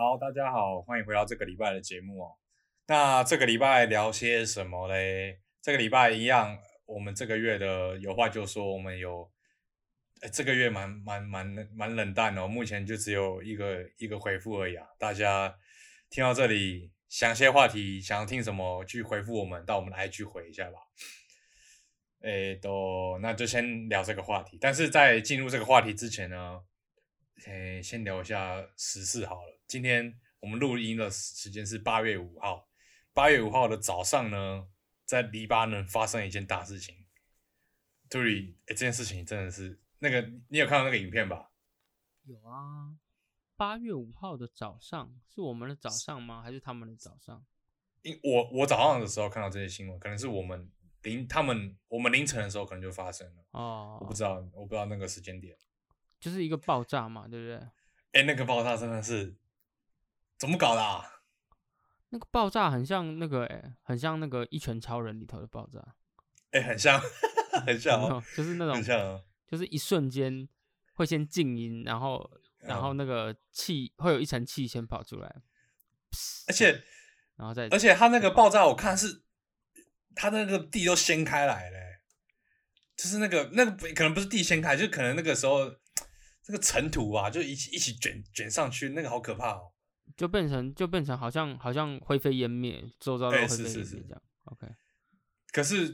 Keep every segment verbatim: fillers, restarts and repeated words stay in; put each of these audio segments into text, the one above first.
好，大家好，欢迎回到这个礼拜的节目哦。那这个礼拜聊些什么嘞？这个礼拜一样，我们这个月的有话就说，我们有，呃这个月蛮蛮蛮蛮冷淡哦，目前就只有一个一个回复而已啊。大家听到这里，想些话题，想要听什么，去回复我们，到我们的 I G 回一下吧。诶，都那就先聊这个话题。但是在进入这个话题之前呢，诶，先聊一下时事好了。今天我们录音的时间是八月五号，八月五号的早上呢，在黎巴嫩发生一件大事情。对，诶，这件事情真的是那个，你有看到那个影片吧？ 有啊，八月五号的早上是我们的早上吗？还是他们的早上？ 因我我早上的时候看到这些新闻，可能是我们凌他们我们凌晨的时候可能就发生了，我不哦， 知道，我不知道那个时间点。 就是一个爆炸嘛，对不对？ 哎，那个爆炸真的是怎么搞的啊？ 那个爆炸很像那个，哎，很像那个《一拳超人》里头的爆炸， 哎，很像，很像哦， 有没有？就是那种， 很像哦。 就是一瞬间会先静音，然后，然后嗯， 那个气会有一层气先跑出来， 而这样， 且然后再而且它那再爆。 个爆炸，我看是它那个地都掀开来了欸，就是那个那个可能不是地掀开，就可能那个时候这个尘土啊，就一起一起卷卷上去，那个好可怕哦。 就变成就变成好像好像灰飞烟灭，周遭都哎， 灰飞是是是， 烟灭这样。OK， 可是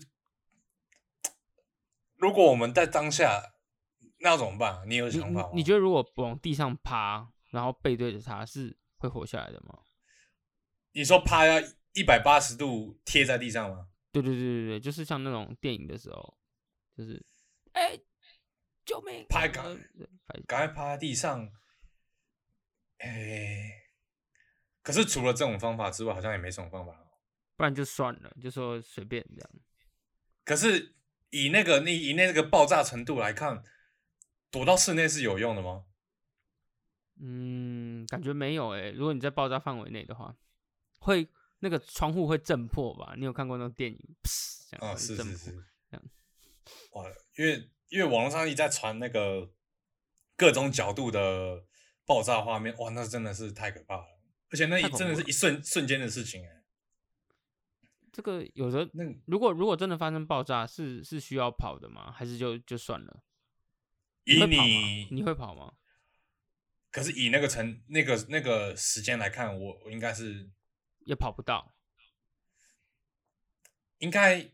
如果我们在当下，那要怎么办啊？你有你想法吗？ 你你觉得如果往地上趴，然后背对着它，是会活下来的吗？ 你说趴要一百八十度贴在地上吗？ 对对对对对，就是像那种电影的时候，就是哎、欸救命， 趴赶然后拍赶快趴在地上，哎，可是除了这种方法之外，好像也没什么方法哦。 不然就算了，就说随便这样。 可是以那个你以那个爆炸程度来看，躲到室内是有用的吗？ 嗯，感觉没有诶、如果你在爆炸范围内的话，会那个窗户会震破吧？你有看过那种电影？这样啊、 会震破， 是是是， 这样哇，因为因为网络上一直在传那个各种角度的爆炸画面，哇，那真的是太可怕了，而且那一真的是一太恐怖了。 瞬瞬间的事情哎。 这个有的， 那如果如果真的发生爆炸，是是需要跑的吗？还是就就算了？你以会跑吗？ 你， 你会跑吗？ 可是以那个成那个那个时间来看，我我应该是也跑不到。 应该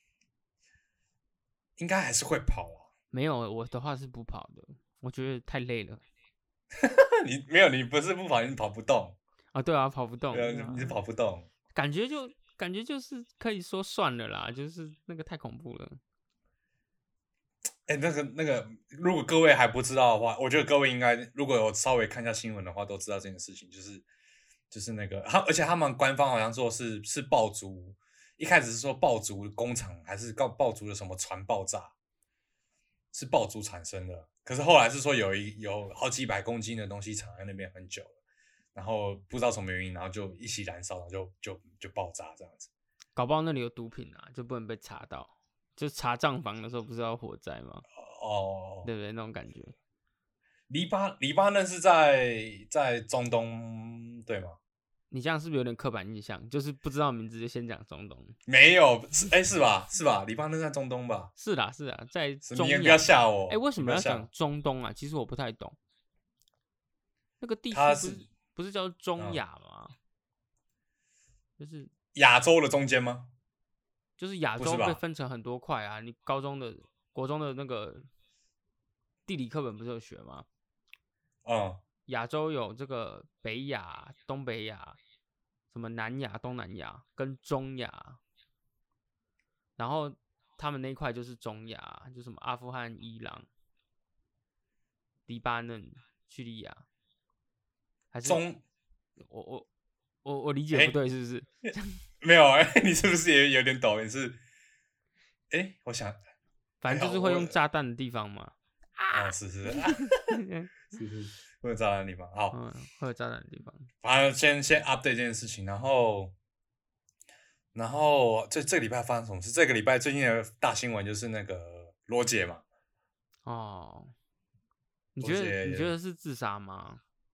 应该还是会跑啊。 没有，我的话是不跑的，我觉得太累了。 你没有，你不是不跑，你跑不动， 啊，对啊，跑不动， 对啊，你是啊、 跑不动。 感觉就感觉就是可以说算了啦，就是那个太恐怖了。 哎，那个那个，如果各位还不知道的话，我觉得各位应该如果有稍微看一下新闻的话，都知道这件事情，就是就是那个他，而且他们官方好像说是是爆竹，一开始是说爆竹工厂还是告爆竹的什么船爆炸，是爆竹产生的，可是后来是说有一有好几百公斤的东西藏在那边很久了，然后不知道什么原因，然后就一起燃烧，然后就就就爆炸这样子。 搞不好那里有毒品啊，就不能被查到。就查账房的时候不是要火灾吗？ 哦， 对不对？那种感觉。 黎巴黎巴嫩是在在中东对吗？ 你这样是不是有点刻板印象？就是不知道名字就先讲中东。 没有，是哎是吧？是吧？黎巴嫩在中东吧？ 是啦是啦，在是你不要中亚吧？ 吓我， 哎，为什么要讲你不要吓我。 中东啊？其实我不太懂。那个地区它是不是不是叫中嗯亚吗？就是亚洲的中间吗？ 就是亚不是吧？ 洲被分成很多块啊。你高中的、国中的那个地理课本不是有学吗？ 嗯， 亚洲有这个北亚、东北亚、什么南亚、东南亚跟中亚，然后他们那一块就是中亚，就什么阿富汗、伊朗、黎巴嫩、叙利亚，还是中我我我我理解不哎对是不是？ 没有哎，你是不是也有点抖？你是哎，我想反正就是会还好我用炸弹的地方嘛。 哦是是是是是，会有炸弹的地方。好， 嗯，会有炸弹的地方。 反正先先 update 这件事情，然后然后这这个礼拜发生什么事？这个礼拜最近的大新闻就是那个罗姐嘛， 哦，你罗觉得你觉姐得是自杀吗？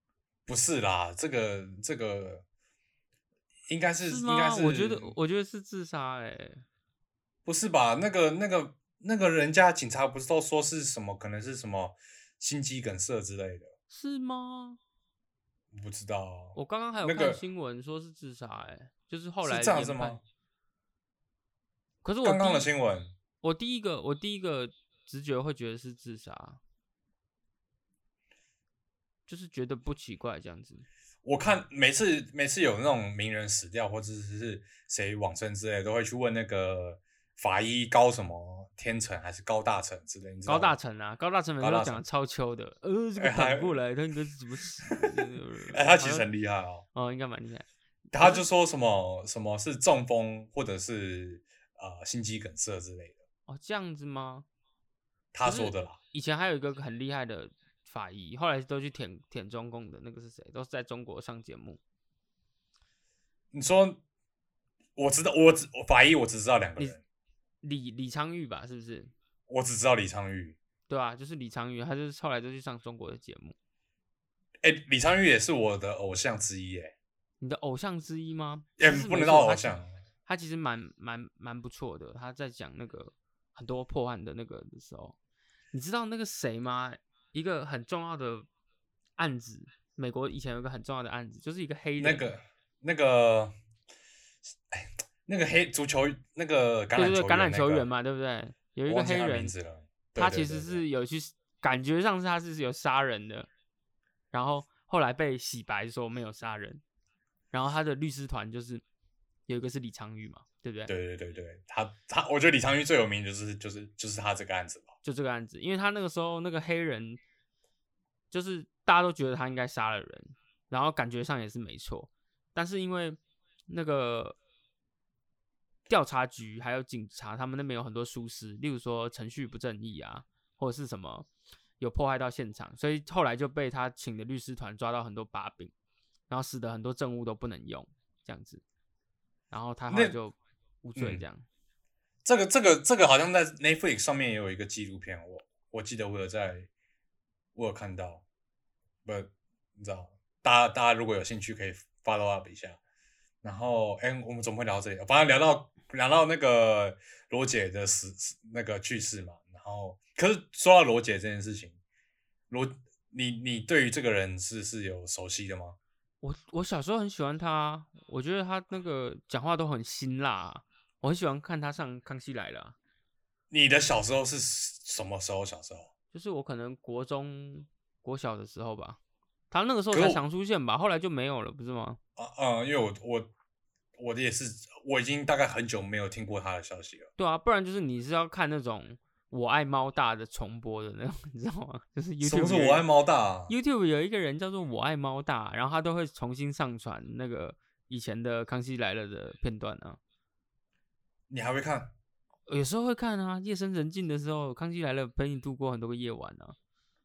不是啦，这个这个应该是是应该吗？我觉得是我觉得是自杀哎、 不是吧？那个那个那个人家警察不是都说是什么？可能是什么心肌梗塞之类的， 是吗？ 我不知道。 我刚刚还有那个看新闻说是自杀哎、就是后是来这样子吗？ 研判。可是我刚刚的第一新闻， 我第一个我第一个直觉会觉得是自杀，就是觉得不奇怪这样子。 我看每次每次有那种名人死掉或者是谁往生之类的，都会去问那个法医高什么天成还是高大成之类，你知高道吗？ 大成啊，高大成每次都高大成， 讲的超秋的，呃，这个哎、他反过来他应该是怎么死的？ 哎、他其好像实很厉害哦。 哦，应该蛮厉害。 他就说什么什么是中风或者是呃心肌梗塞之类的， 哦，这样子吗？ 他说的啦。 以前还有一个很厉害的法医，后来都去舔舔中共的那个是谁？都是在中国上节目。 你说我知道，我只法医我只知道两个人， 李李昌钰吧，是不是？ 我只知道李昌钰。 对啊，就是李昌钰，他就是后来就去上中国的节目。 哎、李昌钰也是我的偶像之一哎。 你的偶像之一吗？ 也其实不能到没错他其偶像。 他其实蛮蛮蛮不错的。他在讲那个很多破案的那个的时候，你知道那个谁吗？一个很重要的案子，美国以前有一个很重要的案子，就是一个黑人， 那个那个，哎，那个黑足球那个橄榄球员、那对对对，橄榄个， 球员嘛，对不对？有一我忘记他的名个黑人， 字了。对他其实对对对是有去，感觉上是他是有杀人的，然后后来被洗白说没有杀人，然后他的律师团就是有一个是李昌钰嘛，对不对？ 对对对对，他他，我觉得李昌钰最有名就是就是就是他这个案子吧。 就这个案子，因为他那个时候那个黑人，就是大家都觉得他应该杀了人，然后感觉上也是没错，但是因为那个调查局还有警察，他们那边有很多疏失，例如说程序不正义啊，或者是什么有破坏到现场，所以后来就被他请的律师团抓到很多把柄，然后使得很多证物都不能用，这样子，然后他后来就无罪这样。 嗯、这个这个这个好像在 Netflix 上面也有一个纪录片，我我记得我有在，我有看到，不，你知道，大家大家如果有兴趣可以 follow up 一下。然后，哎，我们怎么会聊到这里？反正聊到聊到那个罗姐的死那个去世嘛。然后，可是说到罗姐这件事情，罗，你你对于这个人是是有熟悉的吗？ 我我小时候很喜欢他，我觉得他那个讲话都很辛辣、啊，我很喜欢看他上《康熙来了、啊》。 你的小时候是什么时候？小时候就是我可能国中、国小的时候吧，他那个时候才常出现吧，后来就没有了，不是吗？ 啊嗯，因为我我我也是，我已经大概很久没有听过他的消息了。 对啊，不然就是你是要看那种我爱猫大的重播的那种，你知道吗？就是 YouTube 什么是我爱猫大、啊、 ？YouTube 有一个人叫做我爱猫大，然后他都会重新上传那个以前的《康熙来了》的片段啊。 你还会看？ 有时候会看啊，夜深人静的时候，《康熙来了》陪你度过很多个夜晚啊。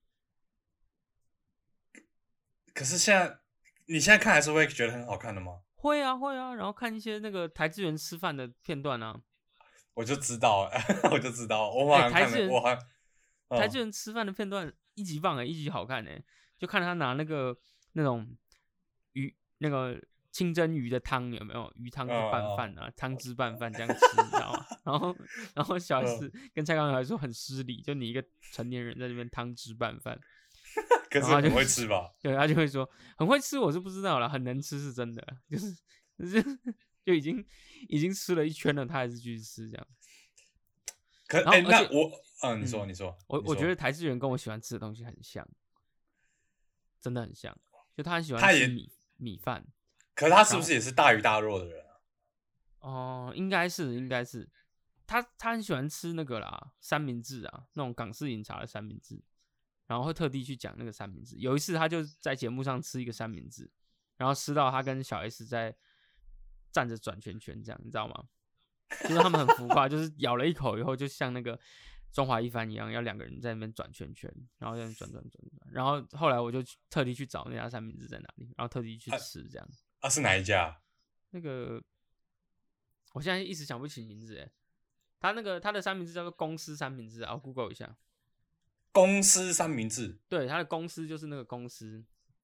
可是现在，你现在看还是会觉得很好看的吗？ 会啊，会啊，然后看一些那个台资源吃饭的片段啊。 我就知道，我就知道，我好像看了， 欸、 我好像、 嗯、台资源吃饭的片段一级棒哎、欸，一级好看哎、欸，就看他拿那个那种鱼那个清蒸鱼的汤有没有？鱼汤是拌饭啊，汤、哦、汁拌饭这样吃，你知道吗？然后然后小 S 跟蔡康永还说很失礼，就你一个成年人在这边汤汁拌饭。 可是很会吃吧？ 对，他就会说很会吃，我是不知道啦，很能吃是真的，就是就是就已经已经吃了一圈了，他还是继续吃这样。 可哎、欸，那我嗯，你说、嗯、你说， 我我觉得台资源跟我喜欢吃的东西很像，真的很像，就他很喜欢吃米米饭。 可是他是不是也是大鱼大肉的人啊？ 哦、呃，应该是应该是，他他很喜欢吃那个啦，三明治啊，那种港式饮茶的三明治。然后会特地去讲那个三明治。有一次，他就在节目上吃一个三明治，然后吃到他跟小 S 在站着转圈圈，这样你知道吗？就是他们很浮夸，就是咬了一口以后，就像那个中华一番一样，要两个人在那边转圈圈，然后在那转转转转。然后后来我就特地去找那家三明治在哪里，然后特地去吃这样。 啊，啊是哪一家？ 那个我现在一时想不起名字哎。他那个他的三明治叫做公司三明治啊，我 Google 一下。 公司三明治， 对，他的公司就是那个公司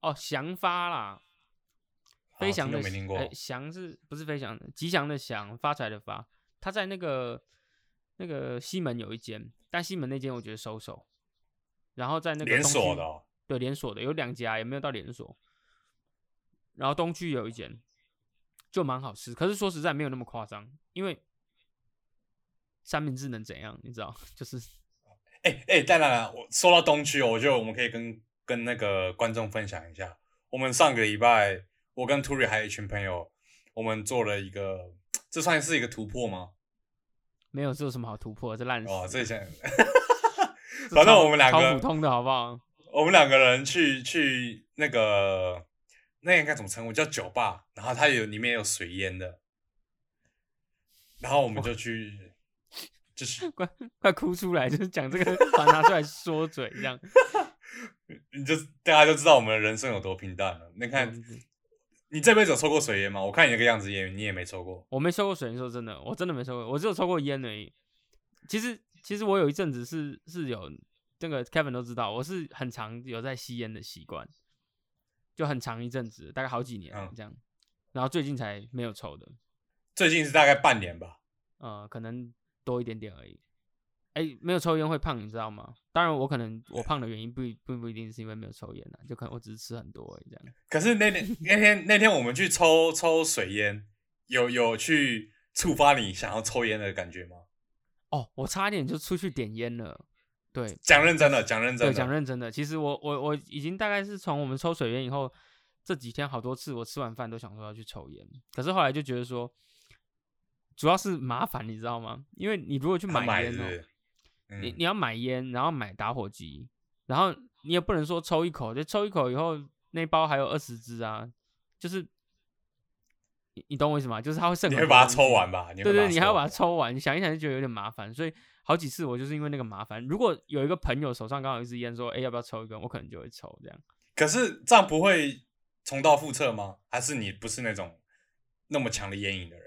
哦，祥发啦，飞翔的没听过。 哎，祥是不是飞翔的？吉祥的祥，发财的发。他在那个那个西门有一间，但西门那间我觉得收手。然后在那个连东区， 锁的哦。 对，连锁的有两家，也没有到连锁。然后东区有一间，就蛮好吃。可是说实在没有那么夸张，因为三明治能怎样？你知道，就是。 哎哎，当然了，我说到东区哦，我觉得我们可以跟跟那个观众分享一下，我们上个礼拜，我跟 Turi 还有一群朋友，我们做了一个，这算是一个突破吗？ 没有，这有什么好突破？这烂死了。 哦，这些，反正我们两个超普通的好不好？ 我们两个人去去那个，那个应该怎么称呼？叫酒吧，然后它有里面有水烟的，然后我们就去。就是快快哭出来，就是讲这个，把它拿出来说嘴这样。 你就大家就知道我们的人生有多平淡了。你看，你这辈子有抽过水烟吗？我看你那个样子也，你也没抽过。 我没抽过水烟，说真的，我真的没抽过，我只有抽过烟而已。其实，其实我有一阵子是是有这个 Kevin 都知道，我是很常有在吸烟的习惯，就很长一阵子，大概好几年这样。嗯、然后最近才没有抽的。 最近是大概半年吧。 呃，可能。多一点点而已，哎、欸，没有抽烟会胖，你知道吗？当然，我可能我胖的原因不并不一定是因为没有抽烟啊，就可能我只是吃很多而已这样。 可是那天那天那天我们去抽抽水烟，有有去触发你想要抽烟的感觉吗？ 哦，我差点就出去点烟了。对， 讲认真的，讲认真的， 对，讲认真的。其实我我我已经大概是从我们抽水烟以后，这几天好多次，我吃完饭都想说要去抽烟，可是后来就觉得说。主要是麻烦，你知道吗？因为你如果去买烟哦、喔嗯，你你要买烟，然后买打火机，然后你也不能说抽一口，就抽一口以后那包还有二十支啊，就是你你懂我意思吗？就是它会剩很多。 你会把它抽完吧？ 对对，你还要把它抽完，你想一想就觉得有点麻烦，所以好几次我就是因为那个麻烦。如果有一个朋友手上刚好有一支烟，说哎、欸、要不要抽一根，我可能就会抽这样。 可是这样不会重蹈覆辙吗？还是你不是那种那么强的烟瘾的人？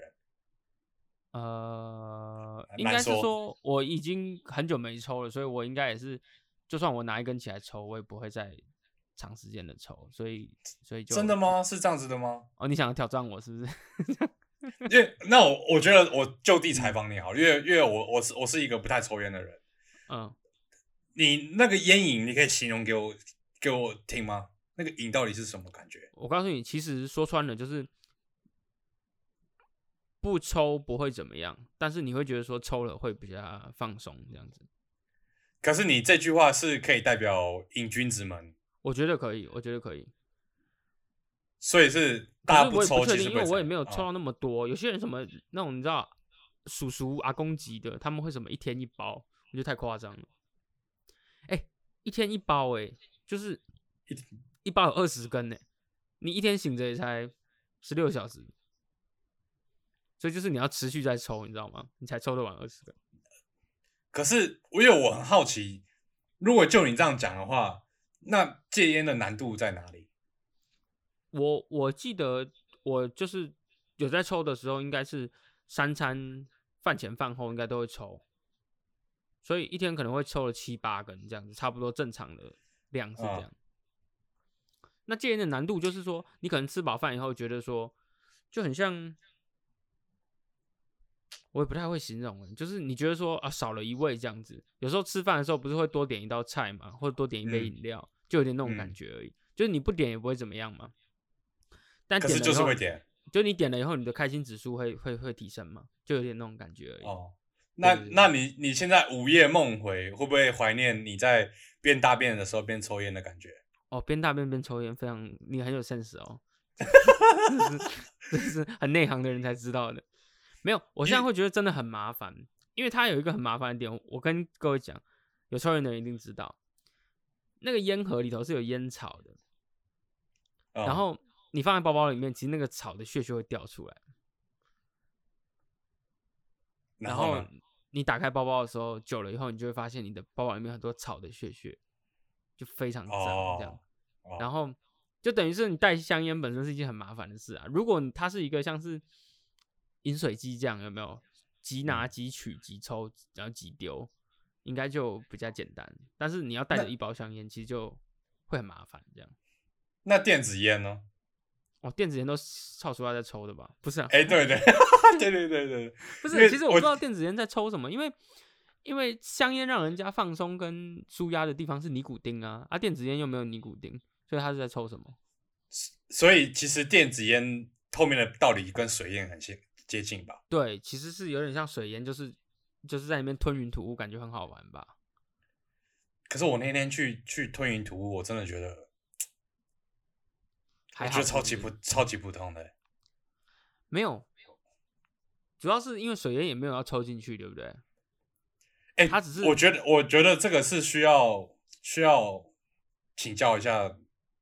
呃，应该是说我已经很久没抽了，所以我应该也是，就算我拿一根起来抽，我也不会再长时间的抽，所以所以就真的吗？是这样子的吗？ 哦，你想要挑战我是不是？ 因为那我我觉得我就地采访你好，因为因为我我是我是一个不太抽烟的人，嗯，你那个烟瘾你可以形容给我给我听吗？那个瘾到底是什么感觉？ 我告诉你，其实说穿了就是。不抽不会怎么样，但是你会觉得说抽了会比较放松这样子。 可是你这句话是可以代表瘾君子们？ 我觉得可以，我觉得可以。 所以是大家不抽， 其实因为我也没有抽到那么多。哦、有些人什么那种你知道，叔叔阿公级的，他们会什么一天一包，我觉得太夸张了。哎、欸，一天一包、欸，哎，就是一一包有二十根呢、欸，你一天醒着也才十六小时。所以就是你要持续在抽，你知道吗？你才抽得完二十个。 可是，因为我很好奇，如果就你这样讲的话，那戒烟的难度在哪里？ 我我记得我就是有在抽的时候，应该是三餐饭前饭后应该都会抽，所以一天可能会抽了七八根这样子，差不多正常的量是这样。啊、那戒烟的难度就是说，你可能吃饱饭以后觉得说，就很像。我也不太会形容，就是你觉得说啊少了一味这样子，有时候吃饭的时候不是会多点一道菜嘛，或者多点一杯饮料、嗯，就有点那种感觉而已。嗯、就是你不点也不会怎么样嘛，但点了以后可是就是会点， 就你点了以后，你的开心指数会会会提升嘛，就有点那种感觉而已。 哦，那那你你现在午夜梦回，会不会怀念你在边大便的时候边抽烟的感觉？ 哦，边大便边抽烟，非常你很有 sense 哦，这是这是很内行的人才知道的。没有，我现在会觉得真的很麻烦，因为它有一个很麻烦的点，我跟各位讲，有抽烟的人一定知道，那个烟盒里头是有烟草的，哦、然后你放在包包里面，其实那个草的屑屑会掉出来，然后, 然后你打开包包的时候，久了以后，你就会发现你的包包里面很多草的屑屑，就非常脏、哦、这样，哦、然后就等于是你带香烟本身是一件很麻烦的事啊，如果它是一个像是饮水机这样有没有即拿即取即抽然后即丢，应该就比较简单。但是你要带着一包香烟，其实就会很麻烦这样。 那电子烟呢？ 哦，电子烟都超出来在抽的吧？不是啊？ 哎、欸，对对对对对对， 不是，其实我不知道电子烟在抽什么，因为因为香烟让人家放松跟舒压的地方是尼古丁啊，啊，电子烟又没有尼古丁，所以他是在抽什么？ 所以其实电子烟后面的道理跟水烟很接近吧？ 对，其实是有点像水烟，就是就是在里面吞云吐雾，感觉很好玩吧？ 可是我那天去去吞云吐雾，我真的觉得，我觉得超级不超级不通的、欸。 没有，主要是因为水烟也没有要抽进去，对不对？ 哎、欸， 他只是我觉得我觉得这个是需要需要请教一下。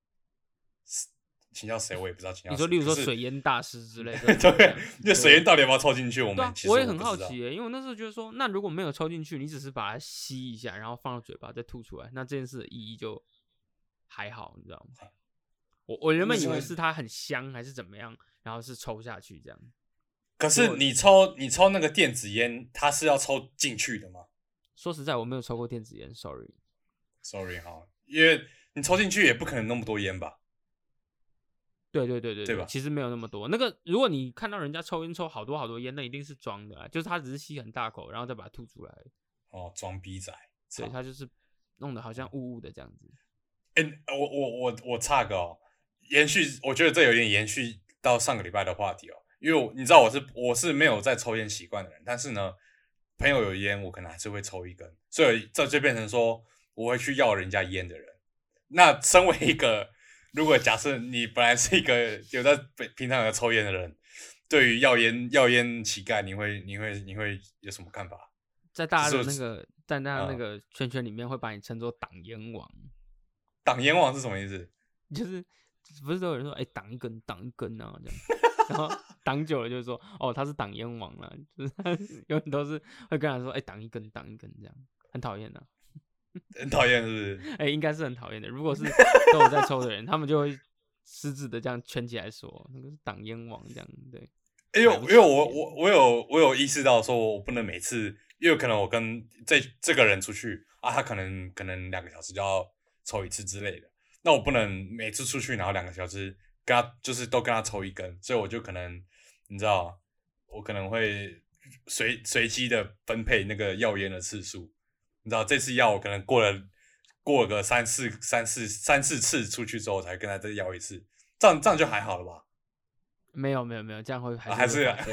请教谁我也不知道，请教谁。 你说，例如说水烟大师之类的， 对，那水烟到底要不要抽进去？我们、 啊、 其实我也很好奇耶，因为我那时候觉得说，那如果没有抽进去，你只是把它吸一下，然后放到嘴巴再吐出来，那这件事的意义就还好，你知道吗？我我原本以为是它很香还是怎么样，然后是抽下去这样。 可是你抽你抽那个电子烟，它是要抽进去的吗？ 说实在，我没有抽过电子烟 ，sorry。 sorry 哈，因为你抽进去也不可能那么多烟吧？ 对对对对对吧？ 其实没有那么多。那个，如果你看到人家抽烟抽好多好多烟，那一定是装的啊，就是他只是吸很大口，然后再把它吐出来。 哦，装逼仔。 对，他就是弄得好像雾雾的这样子。 哎、欸，我我我我插个哦，延续，我觉得这有点延续到上个礼拜的话题哦，因为你知道我是我是没有在抽烟习惯的人，但是呢，朋友有烟，我可能还是会抽一根，所以这就变成说我会去要人家烟的人。那身为一个，如果假设你本来是一个有在平常有在抽烟的人，对于要烟要烟乞丐，你会你会你会有什么看法？ 在大家的那个在大家那个圈圈里面，会把你称作挡烟王。 挡烟王是什么意思？ 就是不是都有人说，哎、欸，挡一根，挡一根啊，这样，然后挡久了就是说，哦，他是挡烟王了，就是他永远都是会跟他说，哎、欸，挡一根，挡一根，这样很讨厌的， 很讨厌是不是？ 哎、欸，应该是很讨厌的。如果是都有在抽的人，他们就会私自的这样圈起来说，那个是挡烟王这样，对。 因为因为我我我有我有意识到说，我不能每次，因为可能我跟这这个人出去啊，他可能可能两个小时就要抽一次之类的，那我不能每次出去然后两个小时跟他就是都跟他抽一根，所以我就可能你知道，我可能会随随机的分配那个要烟的次数，你知道这次要我可能过了过了个三四三四三四次出去之后才跟他再要一次，这样这样就还好了吧？ 没有没有没有，这样会还是、 啊、还是、啊、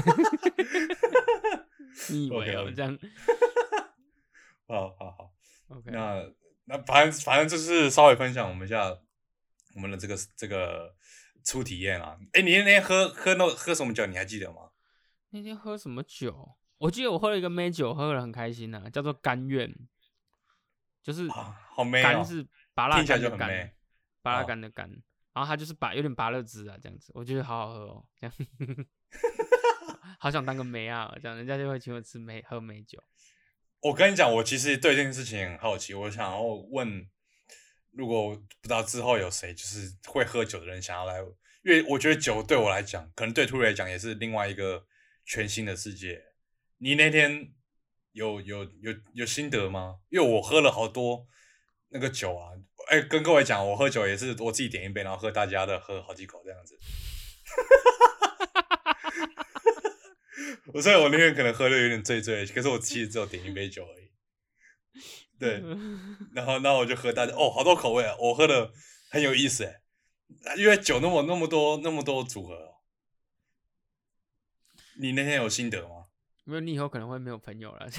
你以为哦、okay, okay. 这样？ 好好好 ，OK， 那那反正反正就是稍微分享我们一下我们的这个这个初体验啊。哎，你那天喝喝那喝什么酒？你还记得吗？ 那天喝什么酒？我记得我喝了一个梅酒，喝得很开心啊，叫做甘愿，就是好梅甘是拔辣干的甘， 拔辣干的甘。然后它就是把有点芭乐汁啊，这样子，我觉得好好喝哦，这样，好想当个梅啊，这样人家就会请我吃梅喝梅酒。 我跟你讲，我其实对这件事情很好奇，我想要问，如果不知道之后有谁就是会喝酒的人想要来，因为我觉得酒对我来讲，可能对兔来讲也是另外一个全新的世界。你那天有有有有心得吗？因为我喝了好多那个酒啊。哎、欸，跟各位讲，我喝酒也是我自己点一杯，然后喝大家的，喝好几口这样子。我所以，我那天可能喝的有点醉醉，可是我其实只有点一杯酒而已。对，然后，然后我就喝大家，哦，好多口味啊，我喝的很有意思哎，因为酒那么那么多那么多组合哦。你那天有心得吗？ 因为你以后可能会没有朋友了。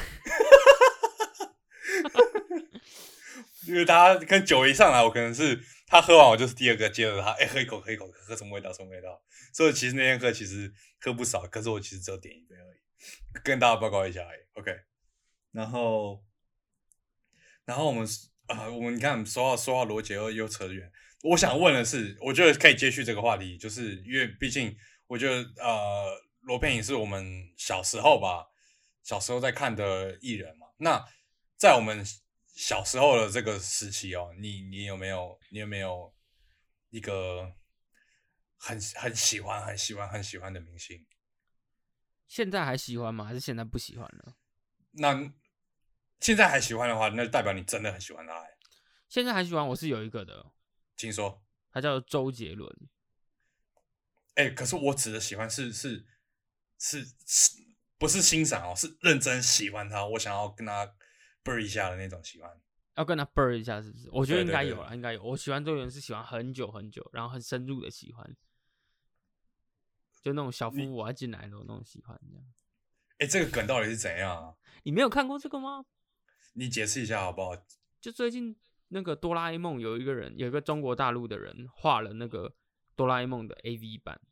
因为他跟酒一上来，我可能是他喝完，我就是第二个接着他，哎、欸，喝一口，喝一口，喝什么味道，什么味道。所以其实那天喝其實喝不少，可是我其實只有點一杯而已，跟大家報告一下而已。OK， 然後，然後我們啊、呃，我們你看說到說到羅傑又又扯遠。我想問的是，我覺得可以接續這個話題，就是因為畢竟我覺得呃，羅佩穎是我們小時候吧，小時候在看的藝人嘛。那在我們小時候的這個時期哦，你你有沒有你有沒有一個很很喜歡很喜歡很喜歡的明星？ 現在還喜歡嗎？還是現在不喜歡了？ 那現在還喜歡的話，那就代表你真的很喜歡他。 現在還喜歡，我是有一個的， 請說。 他叫周杰伦。 哎、欸，可是我指的喜欢是是是是，不是欣赏哦，是认真喜欢他，我想要跟他 bird 一下的那种喜欢。 要跟他 bird 一下是不是？我觉得应该有了， 应该有。我喜欢周杰伦是喜欢很久很久，然后很深入的喜欢，就那种小夫我要进来的那种喜欢这样。 哎、欸，这个梗到底是怎样啊？ 你没有看过这个吗？ 你解释一下好不好？ 就最近那个哆啦 A 梦有一个人，有一个中国大陆的人画了那个哆啦 A 梦的 A V 版。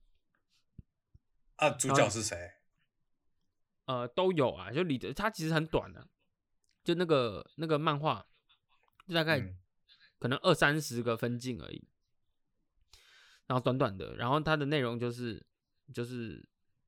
啊，主角是谁？ 呃，都有啊，就里的它其实很短的、啊，就那个那个漫画，就大概可能二三十个分镜而已，然后短短的，然后它的内容就是就是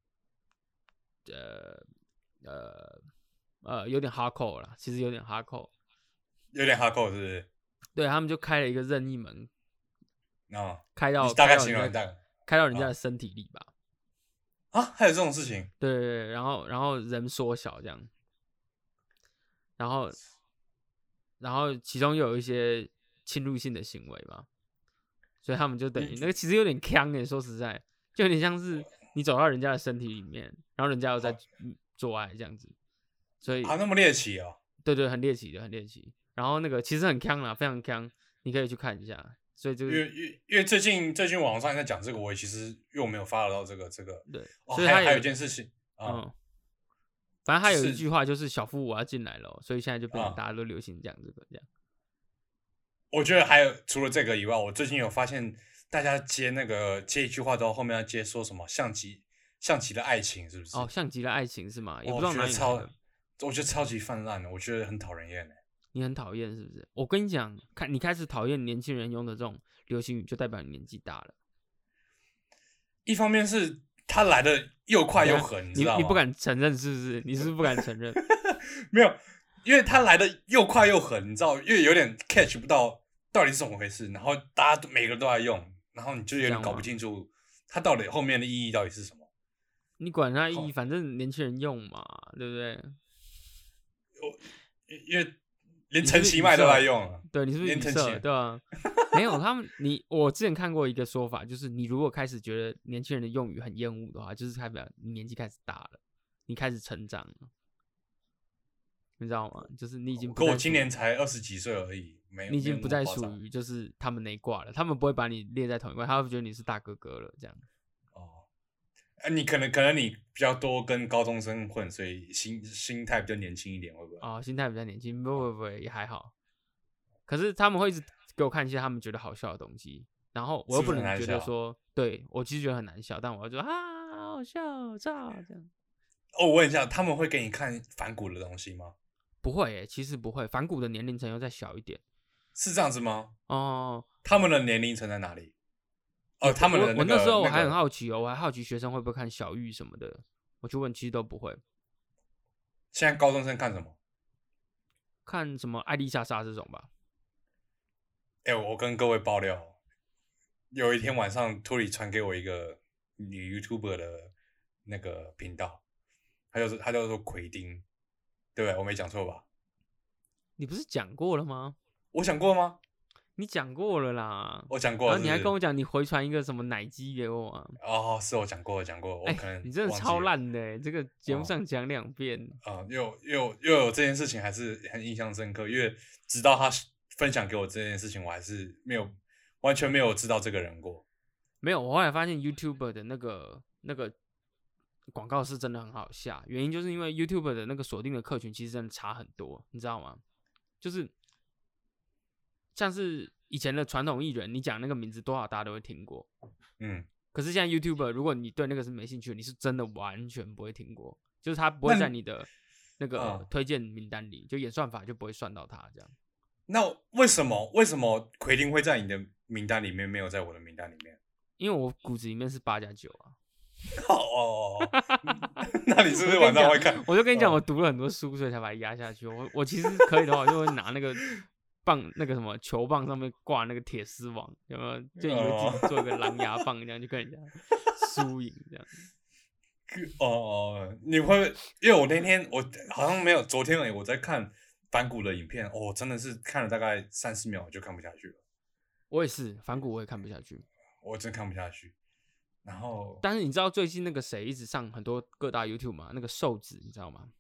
呃呃呃有点 hardcore 啦，其实有点 hardcore， 有点 hardcore 是不是？ 对，他们就开了一个任意门， 啊， 开到大概形容一下， 开到人家的身体里吧。 啊，还有这种事情？ 对对对，然后然后人缩小这样，然后然后其中又有一些侵入性的行为嘛，所以他们就等于那个其实有点呛诶，说实在，就有点像是你走到人家的身体里面，然后人家又在做爱这样子，所以啊，那么猎奇哦？ 对对，很猎奇的，很猎奇。然后那个其实很呛啦，非常呛，你可以去看一下。所以就因为因因为最近最近网上在讲这个，我也其实因为我没有发到这个这个。 对， 哦、 所以还还有还有一件事情，啊、 嗯，反正还有一句话就是小夫我要进来了，所以现在就变成啊、 大家都流行讲这个这样。 我觉得还有除了这个以外，我最近有发现大家接那个接一句话之后，后面要接说什么像极像极了爱情，是不是？ 哦，像极了爱情是吗？也不知道哪里超，我觉得超级泛滥的，我觉得很讨人厌的。 你很讨厌是不是？我跟你讲，看你开始讨厌年轻人用的这种流行语，就代表你年纪大了。 一方面是他来的又快又狠， 你知道吗？ 你不敢承认是不是？你是不是不敢承认？ 没有，因为他来的又快又狠，你知道，因为有点 catch 不到到底是怎么回事，然后大家每个人都在用，然后你就有点搞不清楚他到底后面的意义到底是什么。 你管他意义，反正年轻人用嘛，对不对？ 我因为连陈其迈都在用了， 对，你是不是语塞？对吧？没有他们，你我之前看过一个说法，就是你如果开始觉得年轻人的用语很厌恶的话，就是代表你年纪开始大了，你开始成长了，你知道吗？就是你已经不可我今年才二十几岁而已，没有， 你已经不再属于就是他们那一挂了，他们不会把你列在同一挂，他会觉得你是大哥哥了，这样。 哦，啊、你可能可能你比较多跟高中生混，所以心心态比较年轻一点，会不会？ 哦，心态比较年轻，不不不，也还好。可是他们会一直给我看一些他们觉得好笑的东西，然后我又不能觉得说，对我其实觉得很难笑，但我就啊，好好笑，操这样。 哦，我问一下，他们会给你看反骨的东西吗？ 不会诶，其实不会，反骨的年龄层又再小一点。 是这样子吗？ 哦， 他们的年龄层在哪里？哦，他们的、那个、 我, 我那时候我还很那个、 好奇哦，我还好奇学生会不会看小玉什么的，我去问，其实都不会。 现在高中生看什么？ 看什么艾丽莎莎这种吧。 哎、欸，我跟各位爆料，有一天晚上托里传给我一个女 YouTuber 的那个频道，他就是他叫做奎丁，对不对？我没讲错吧？ 你不是讲过了吗？ 我讲过吗？ 你讲过了啦， 我讲过了是不是， 然后你还跟我讲你回传一个什么奶鸡给我啊？ 哦，是我讲过，我讲过，我可能、欸、 你真的超烂的，这个节目上讲两遍啊、哦呃，又又又有这件事情还是很印象深刻，因为直到他分享给我这件事情，我还是没有完全没有知道这个人过。 没有，我后来发现 YouTuber 的那个那个广告是真的很好下，原因就是因为 YouTuber 的那个锁定的客群其实真的差很多，你知道吗？就是像是以前的传统艺人，你讲那个名字多少大家都会听过， 嗯。 可是现在 YouTuber， 如果你对那个是没兴趣，你是真的完全不会听过，就是他不会在你的那个推荐名单里，就演算法就不会算到他这样。 那为什么为什么奎丁会在你的名单里面，没有在我的名单里面？ 因为我骨子里面是八加九啊。 哦，那你是不是晚上会看？ 我就跟你讲，我读了很多书，所以才把它压下去。我我其实可以的话，我就会拿那个棒，那个什么球棒上面挂那个铁丝网，有没有？就以为自己做一个狼牙棒，这样就跟人家输赢这样。 哦哦，你会因为我那天我好像没有，昨天而已，我在看反骨的影片，哦，真的是看了大概三四秒就看不下去了。 我也是，反骨我也看不下去， 我真看不下去。然后， 但是你知道最近那个谁一直上很多各大 YouTube 吗？那个瘦子，你知道吗？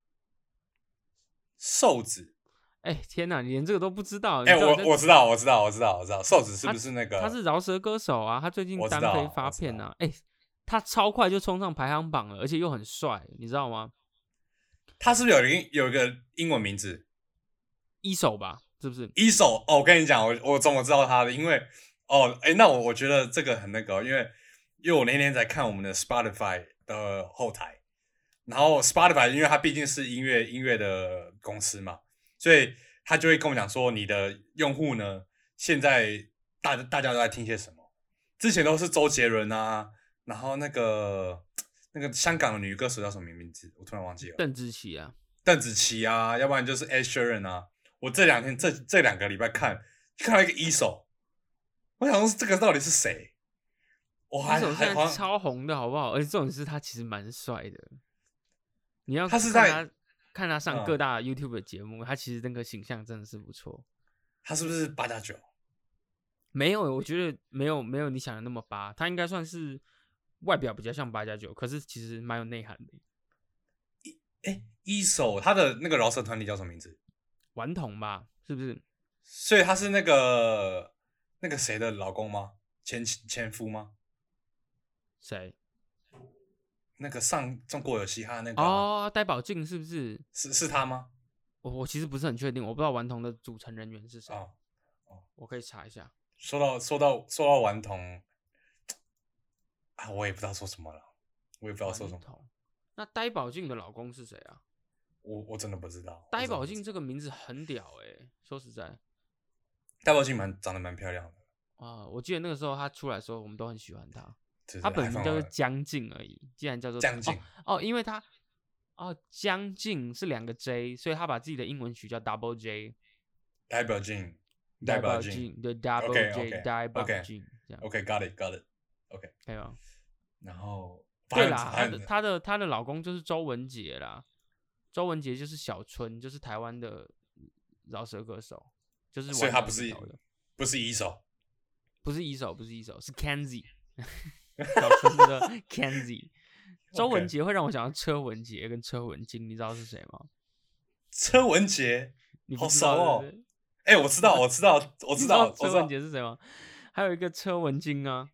瘦子， 哎、欸，天哪，你连这个都不知道？ 哎、欸，我我我知道，我知道，我知道，我知道，瘦子是不是那个？ 他, 他是饶舌歌手啊，他最近单飞发片啊，哎、欸，他超快就冲上排行榜了，而且又很帅，你知道吗？ 他是不是有一个有一个英文名字？ 一手吧，是不是？ 一手哦，我跟你讲，我我怎么知道他的？因为哦，哎，那我我觉得这个很那个，因为因为我那天在看我们的 Spotify 的后台，然后 Spotify 因为它毕竟是音乐音乐的公司嘛，所以他就会跟我讲说，你的用户呢，现在大大家都在听些什么？之前都是周杰伦啊，然后那个那个香港的女歌手叫什么名字？我突然忘记了。 邓紫棋啊， 邓紫棋啊，要不然就是 Ed Sheeran 啊。我这两天这这两个礼拜看，看到一个一手，我想说这个到底是谁？我还一手现还在超红的好不好？而且重点是他其实蛮帅的。你要他是在看他看他上各大 YouTube 的节目，嗯、他其实那个形象真的是不错。 他是不是八加九？ 没有，我觉得没有没有你想的那么八，他应该算是外表比较像八加九，可是其实蛮有内涵的。 哎，一手他的那个饶舌团体叫什么名字？ 顽童吧，是不是？ 所以他是那个那个谁的老公吗？前前夫吗？ 谁？ 那个上中国有嘻哈那个哦，戴宝静是不是？ 是是他吗？ 我我其实不是很确定，我不知道顽童的组成人员是谁。 哦哦， 我可以查一下。 说到说到说到顽童啊，我也不知道说什么了，我也不知道说什么。 那戴宝静的老公是谁啊？ 我我真的不知道。 戴宝静这个名字很屌哎、欸，说实在， 戴宝静蛮长得蛮漂亮的啊。我记得那个时候他出来的时候，我们都很喜欢他。他本名叫做江静而已，既然叫做江静哦, 哦，因为他哦江静是两个 J， 所以他把自己的英文取叫 Double J。 戴宝静， 戴宝静对 Double J， 戴宝静这样。 OK，got it，got it，OK， 可以吗？ 然后对啦，他的他的他的老公就是周文杰啦。周文杰就是小春，就是台湾的饶舌歌手，就是所以他不是不是一手， 不是一手，不是一手，是 Kenzie 小春的 Kenzie。周文杰会让我想到车文杰跟车文金，你知道是谁吗？ 车文杰， 你不知道好熟哦。哎、欸，我知道，我知道，我知道， 车文杰是谁吗？还有一个车文金啊，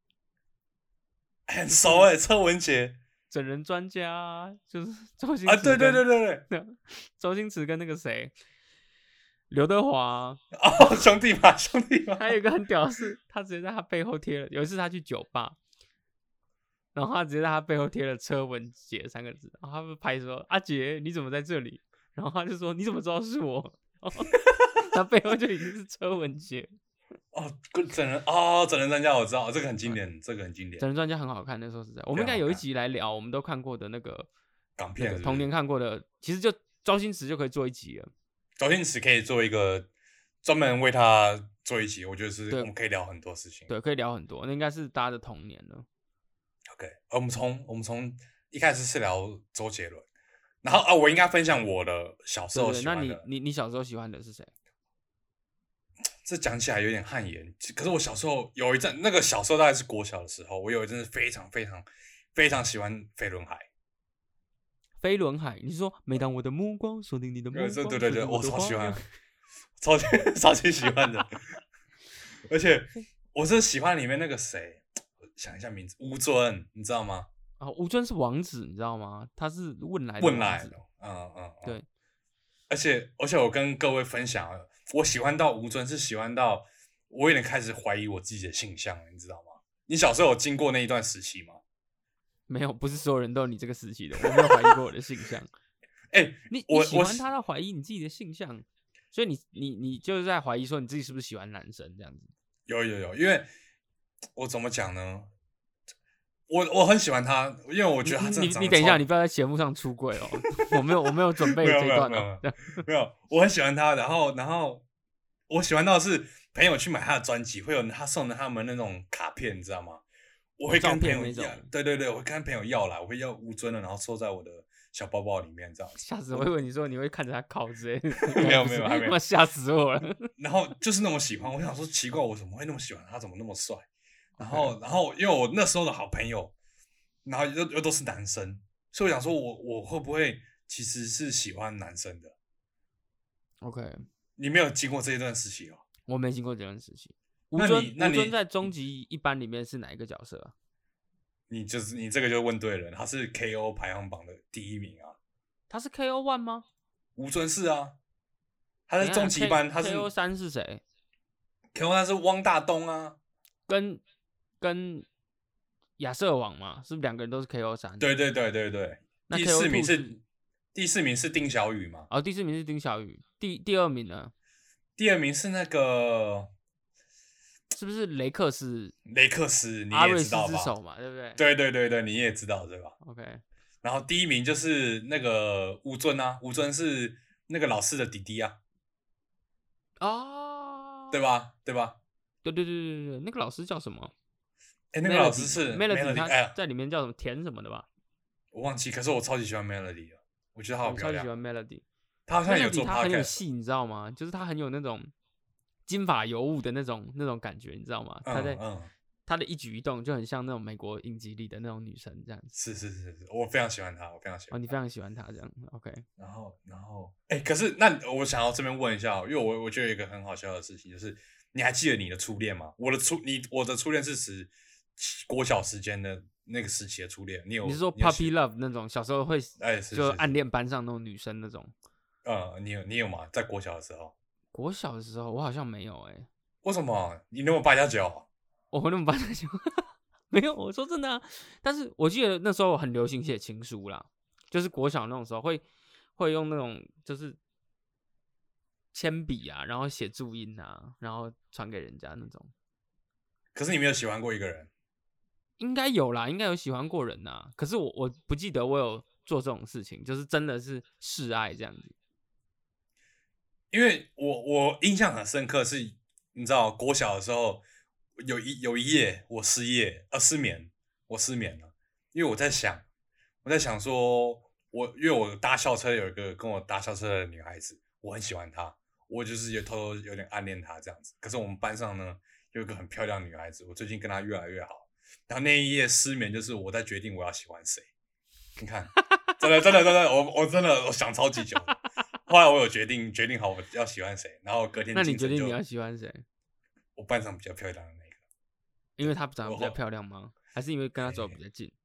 很熟哎、欸，车文杰。 整人专家、啊、就是周星驰啊，对对对对对，周星驰跟那个谁，刘德华、啊、 哦，兄弟嘛，兄弟嘛。 还有一个很屌的是，他直接在他背后贴了，有一次他去酒吧，然后他直接在他背后贴了车文杰三个字，然后他们拍说阿杰你怎么在这里？然后他就说你怎么知道是我？他背后就已经是车文杰。 哦，整人哦，整人专家我知道，这个很经典，嗯、这个很经典。 整人专家很好看，那时候是在，我们应该有一集来聊我们都看过的那个港片是是， 童年看过的，其实就周星驰就可以做一集了。 周星驰可以做一个专门为他做一集，我觉得是我们可以聊很多事情。 对，可以聊很多，那应该是大家的童年了。 OK， 我们从我们从一开始是聊周杰伦，然后啊，我应该分享我的小时候喜欢的。 对对，那你你你小时候喜欢的是谁？ 这讲起来有点汗颜，可是我小时候有一阵，那个小时候大概是国小的时候，我有一阵是非常非常非常喜欢飞轮海。 飞轮海，你是说每当我的目光锁定你的目光？ 对对对对，我超喜欢，超级超级喜欢的。而且我是喜欢里面那个谁，想一下名字，吴尊，你知道吗？ 啊，吴尊是王子，你知道吗？他是问来的问来的，嗯嗯， 对。 而且而且我跟各位分享，我喜欢到吴尊是喜欢到我有点开始怀疑我自己的性向，你知道吗？你小时候有经过那一段时期吗？ 没有，不是所有人都有你这个时期的，我没有怀疑过我的性向。 哎、欸， 你你喜欢他到怀疑你自己的性向，所以你你你就是在怀疑说你自己是不是喜欢男生这样子？ 有有有，因为我怎么讲呢？我我很喜欢他，因为我觉得他真的你你等一下，你不要在节目上出柜哦！我没有我没有准备这一段哦，没有没有，我很喜欢他，然后然后我喜欢到是朋友去买他的专辑，会有他送的他们那种卡片，你知道吗？我会跟朋友要，对对对，我会跟朋友要来，我会要吴尊的，然后收在我的小包包里面这样子。 吓死我！以为你说你会看着他靠之类的， 没有没有还没有， 妈吓死我了。 然后就是那么喜欢，我想说奇怪，我怎么会那么喜欢他？怎么那么帅？然后然后因为我那时候的好朋友，然后又又都是男生，所以我想说我我会不会其实是喜欢男生的 ？OK， 你没有经过这一段时期哦？ 我没经过这段时期。吴那尊， 你那你吴尊在终极一班里面是哪一个角色啊？ 你就是你这个就问对了，他是 K O 排行榜的第一名啊。 他是 K O one 吗？ 吴尊是啊，他是终极班，他是 K O 三是谁 ？K O 三是汪大东啊， 跟跟亚瑟王嘛，是不是两个人都是 K O 三？ 对对对对对。 那第 K O 四名是是第四名是丁小雨嘛？ 哦，第四名是丁小雨，第第二名呢？ 第二名是那个是不是雷克斯？ 雷克斯，你阿瑞斯也知道吧？ 之手嘛，对不对？ 对对对对，你也知道对吧 OK， 然后第一名就是那个吴尊啊，吴尊是那个老师的弟弟啊， 哦， 对吧？对吧？ 对对对对对，那个老师叫什么？ 哎，那个老师是 Melody， 哎呀他在里面叫什么甜什么的吧？ 我忘记，可是我超级喜欢 Melody 的，我觉得她好漂亮。 我超级喜欢 Melody， 她好像有做 Melody， 他很有 podcast， 戏，你知道吗？就是他很有那种金发尤物的那种那种感觉，你知道吗？他在嗯嗯， 他的一举一动就很像那种美国影集里的那种女生这样子。 是是是是，我非常喜欢她，我非常喜欢她。 哦，你非常喜欢她这样 ，OK？ 然后然后，哎，可是那我想要这边问一下，因为我我觉得有一个很好笑的事情，就是你还记得你的初恋吗？我的初你我的初恋是指国小时间的那个时期的初恋，你有？ 你是说你有 puppy love 那种小时候会哎是就是暗恋班上那种女生那种？ 呃，你有你有吗？在国小的时候？ 国小的时候我好像没有哎、欸， 为什么？你那么八加九？ 我会那么班上就没有。我说真的啊，但是我记得那时候很流行写情书啦，就是国小那种时候会会用那种就是铅笔啊，然后写注音啊，然后传给人家那种。 可是你没有喜欢过一个人？ 应该有啦，应该有喜欢过人呐。可是我我不记得我有做这种事情，就是真的是示爱这样子。 因为我我印象很深刻是，你知道国小的时候有一有一夜我失业呃失眠，我失眠了，因为我在想我在想说，我因为我搭校车有一个跟我搭校车的女孩子，我很喜欢她，我就是也偷偷有点暗恋她这样子。可是我们班上呢有一个很漂亮的女孩子，我最近跟她越来越好。然后那一夜失眠，就是我在决定我要喜欢谁。你看，真的真的真的，我我真的我想超级久的。后来我有决定决定好我要喜欢谁，然后隔天那你清晨就决定你要喜欢谁？ 我班上比较漂亮的那个， 因为她长得比较漂亮吗？还是因为跟她走得比较近？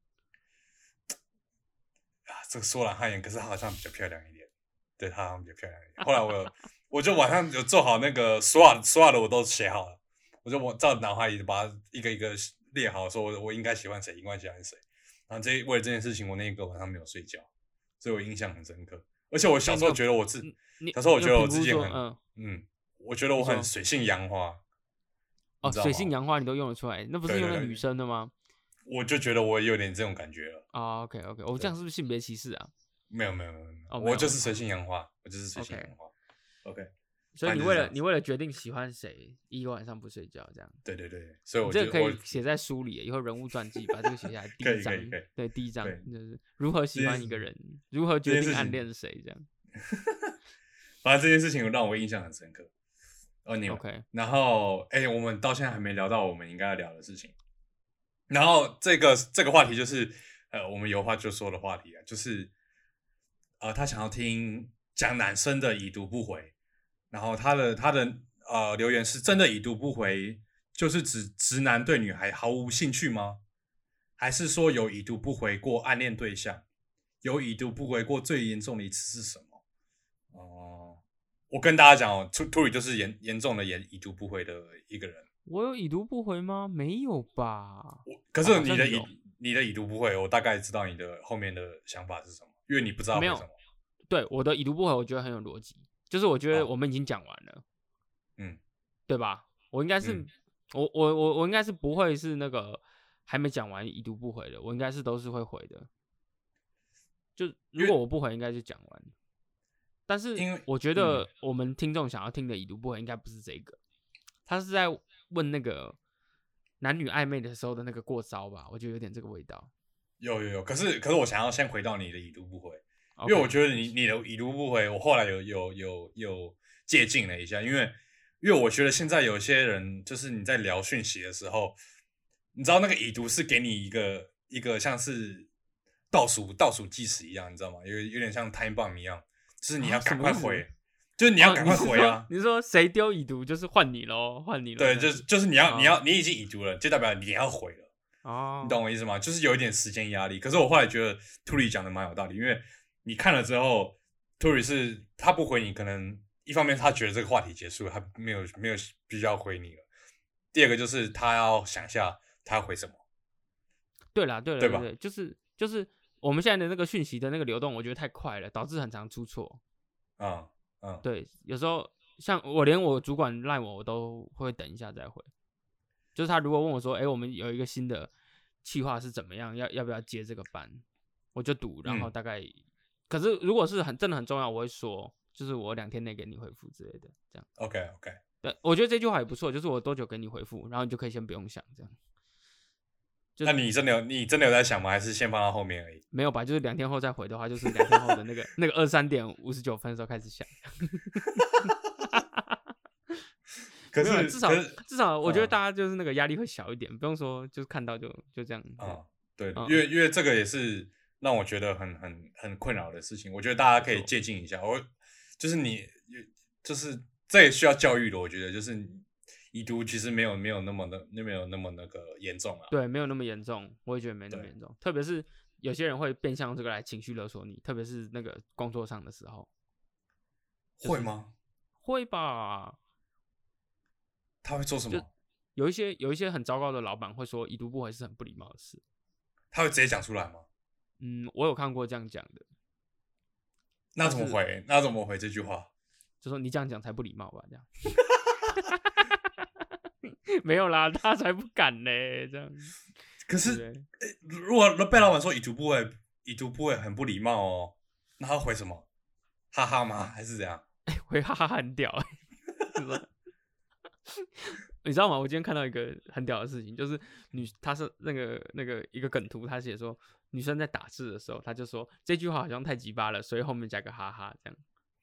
啊，这个说来汗颜，可是她好像比较漂亮一点，对，她好像比较漂亮一点。后来我有我就晚上有做好那个所有所有的我都写好了，我就我照脑海里把它一个一个列好，说我我应该喜欢谁，应该喜欢谁。然后这为了这件事情，我那一个晚上没有睡觉，所以我印象很深刻。而且我小时候觉得我自，小时候我觉得我自己很，嗯, 嗯，我觉得我很水性杨花。 哦，水性杨花你都用得出来，那不是用在女生的吗？ 我就觉得我有点这种感觉了。 哦 ，OK OK， 我、哦、这样是不是性别歧视啊？ 没有没有没有没有， 哦、 我就是水性杨花，我就是水性杨花。OK，, okay 所以你为了你为了决定喜欢谁，一个晚上不睡觉这样。 对对对，所以我这个可以写在书里，以后人物传记把这个写下来。第一章，对，第一章就是如何喜欢一个人，如何决定暗恋谁这样。 反正这件事情让我印象很深刻。哦，你 OK， 然后哎、欸，我们到现在还没聊到我们应该要聊的事情。然后这个这个话题就是呃，我们有话就说的话题啊，就是呃，他想要听讲男生的已读不回。然后他的他的呃留言是真的已读不回，就是指直男对女孩毫无兴趣吗？还是说有已读不回过暗恋对象？有已读不回过最严重的一次是什么？哦、呃，我跟大家讲哦，兔兔里就是严严重的已已读不回的一个人。 我有已读不回吗？没有吧？ 我可是你的已、啊、你的已读不回，我大概知道你的后面的想法是什么，因为你不知道为什么。 对，我的已读不回，我觉得很有逻辑。就是我觉得我们已经讲完了， 嗯， 对吧？我应该是，嗯、我我我我应该是不会是那个还没讲完已读不回的，我应该是都是会回的。就如果我不回，应该就讲完。但是我觉得我们听众想要听的已读不回，应该不是这个，他是在问那个男女暧昧的时候的那个过招吧？我觉得有点这个味道。 有有有，可是可是我想要先回到你的已读不回。 因为我觉得你你的已读不回，我后来有有有有借鉴了一下，因为因为我觉得现在有些人就是你在聊讯息的时候，你知道那个已读是给你一个一个像是倒数倒数计时一样，你知道吗？有有点像 time bomb 一样，就是你要赶快回，啊、就是你要赶快回啊！ 哦、你是说谁丢已读就是换你咯，换你咯。 对，就是就是你要、哦、你要你已经已读了，就代表你要回了。 哦， 你懂我意思吗？就是有一点时间压力。可是我后来觉得 Turi 讲的蛮有道理，因为你看了之后 ，Turi 是他不回你，可能一方面他觉得这个话题结束了，他没有没有必须要回你了。第二个就是他要想一下他要回什么。 对啦，对啦， 对吧？ 对，就是就是我们现在的那个讯息的那个流动，我觉得太快了，导致很常出错。 嗯嗯， 对，有时候像我连我主管赖我，我都会等一下再回。就是他如果问我说，哎、欸，我们有一个新的企划是怎么样，要要不要接这个班，我就读，然后大概，嗯、可是如果是很真的很重要，我会说，就是我两天内给你回复之类的，这样。 OK OK。 对，我觉得这句话也不错，就是我多久给你回复，然后你就可以先不用想这样。 那你真的有你真的有在想吗？还是先放到后面而已？ 没有吧，就是两天后再回的话，就是两天后的那个那个二三点五十九分的时候开始想。 可是至少至少，我觉得大家就是那个压力会小一点，嗯、不用说就是看到就就这样。 啊，对， 嗯、 因为因为这个也是让我觉得很很很困扰的事情。我觉得大家可以借鉴一下。我就是你就是这也需要教育的，我觉得就是已读其实没有没有那么的没有那么那个严重啊。 对，没有那么严重，我也觉得没那么严重。特别是有些人会变相这个来情绪勒索你，特别是那个工作上的时候。 就是、会吗？ 会吧。 他会做什么？ 有一些有一些很糟糕的老板会说已读不回是很不礼貌的事。 他会直接讲出来吗？ 嗯，我有看过这样讲的。 那怎么回？那怎么回这句话？ 就说你这样讲才不礼貌吧，这样。没有啦，他才不敢嘞，这样。 可是，對對如果被老板說已讀不回，已讀不回很不禮貌哦，那他回什麼？哈哈嗎？還是怎樣？ 欸、回哈哈很屌哎、欸！你知道嗎？我今天看到一個很屌的事情，就是女，她是那個那個一個梗圖，她寫說女生在打字的時候，她就說這句話好像太雞巴了，所以後面加個哈哈，這樣。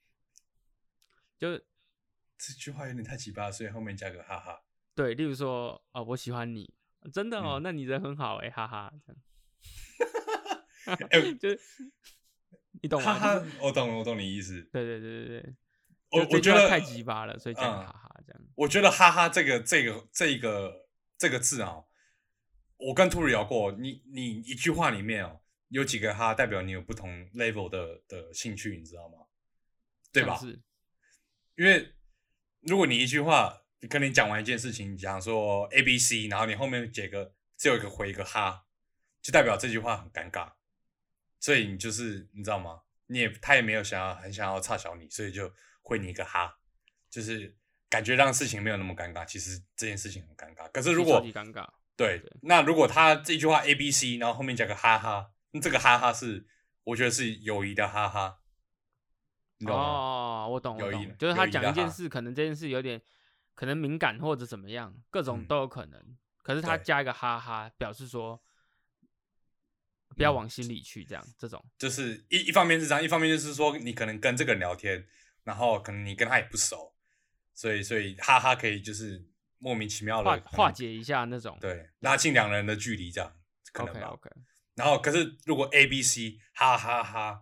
就這句話有點太雞巴了，所以後面加個哈哈。 對，例如說，哦，我喜歡你，真的哦，嗯、那你人很好哎、欸，哈哈，這樣。欸、就是你懂嗎？ 哈哈，我懂，我懂你意思。 對對對對對。 我我覺得太雞巴了，所以講哈哈這樣、嗯。 我覺得哈哈這個這個這個這個字啊，我跟兔兒聊過，你你一句話裡面哦，有幾個哈代表你有不同 level 的的興趣，你知道嗎？對吧？是。因為如果你一句話跟你講完一件事情，講說 A B C， 然後你後面幾個只有一個回一個哈，就代表這句話很尷尬，所以你就是你知道嗎？你也他也沒有想要很想要插小你，所以就回你一個哈，就是感覺讓事情沒有那麼尷尬。其實這件事情很尷尬，可是如果超級尷尬， 對，對，那如果他這句話 A B C， 然後後面加個哈哈，那這個哈哈是我覺得是友誼的哈哈，你懂嗎？ 哦，我懂，我懂，就是他講一件事，可能這件事有點可能敏感或者怎麼樣，各種都有可能。嗯、可是他加一個哈哈，表示說不要往心裡去，這樣、嗯、這種就是一一方面是這樣，一方面就是說你可能跟這個人聊天。然後可能你跟他也不熟，所以所以哈哈可以就是莫名其妙的化化解一下那種， 對，拉近兩人的距離這樣，可能吧。 OK OK。 然後可是如果 A B C 哈哈哈，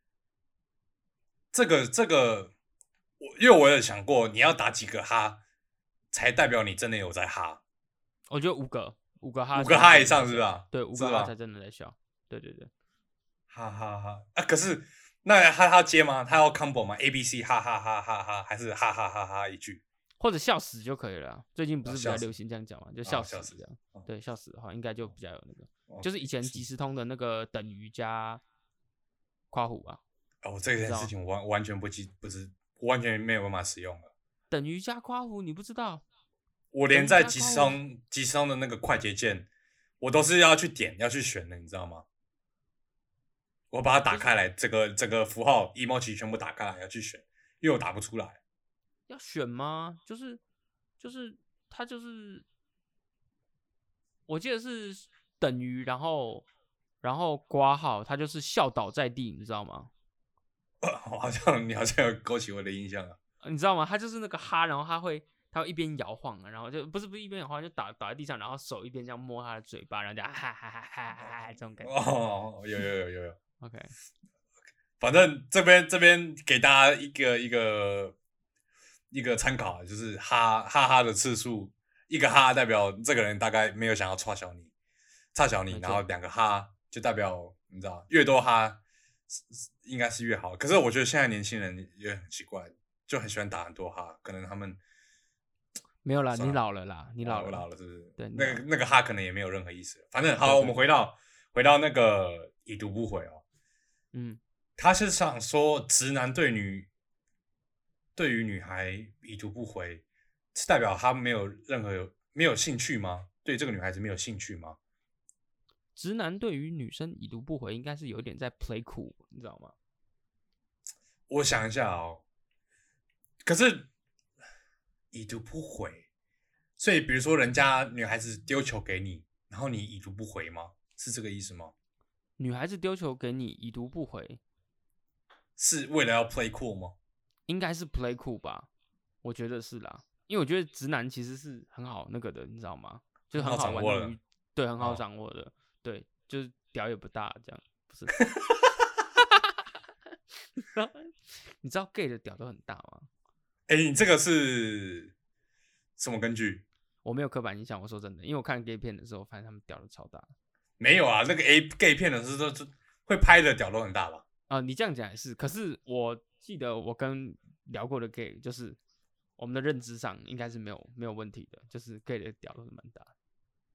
這個這個我因為我有想過，你要打幾個哈才代表你真的有在哈？ 我覺得五個，五個哈， 五個哈以上是吧？ 對，五個哈才真的在笑。對對對， 哈哈哈啊！可是。那哈哈接嗎？他要 combo 嗎 ？A B C 哈哈哈哈哈，還是哈哈哈哈一句？ 或者笑死就可以了。最近不是比較流行這樣講嗎？就笑死這樣。哦、對，笑死的話應該就比較有那個，哦、就是以前即時通的那個等於加括弧啊。 哦，這件事情我完完全不記，不是完全沒有辦法使用了。 等於加括弧你不知道？ 我連在即時通即時通的那個快捷鍵，我都是要去點要去選的，你知道嗎？我把它打開來，這個這個符號 emoji 全部打開來要去選，因為我打不出來。 要選嗎？就是就是它就是，我記得是等於然後然後括號，它就是笑倒在地，你知道嗎？ 好像你好像有勾起我的印象啊。 你知道吗？他就是那个哈，然后他会他会一边摇晃啊，然后就不是不是一边摇晃，就倒倒在地上，然后手一边这样摸他的嘴巴，然后就哈哈哈哈哈哈这种感觉。 哦，有有有有有。 OK， 反正这边这边给大家一个一个一个参考，就是哈哈哈的次数，一个哈代表这个人大概没有想要插小你，插小你，然后两个哈就代表你知道越多哈应该是越好。可是我觉得现在年轻人也很奇怪，就很喜欢打很多哈，可能他们没有啦，你老了啦，你老了， 我老了是不是？ 对， 那个那个哈可能也没有任何意思。反正好， 对对我们回到回到那个已读不回哦。 嗯， 他是想说直男对女对于女孩已读不回，是代表他没有任何有没有兴趣吗？对这个女孩子没有兴趣吗？ 直男对于女生已读不回，应该是有点在 play cool，你知道吗？ 我想一下哦，可是已读不回，所以比如说人家女孩子丢球给你，然后你已读不回吗？是这个意思吗？ 女孩子丢球给你已读不回， 是为了要 play cool 吗？ 应该是 play cool 吧，我觉得是啦，因为我觉得直男其实是很好那个的，你知道吗？就是很好玩的鱼，对，很好掌握的，哦、对，就是屌也不大，这样不是？你知道 gay 的屌都很大吗？ 哎、欸，你这个是什么根据？ 我没有刻板印象，我说真的，因为我看 gay 片的时候，发现他们屌都超大。 没有啊，那个 A gay 片的是都会拍的屌都很大吧？ 啊、呃，你这样讲也是，可是我记得我跟聊过的 gay， 就是我们的认知上应该是没有没有问题的，就是 gay 的屌都是蛮大的。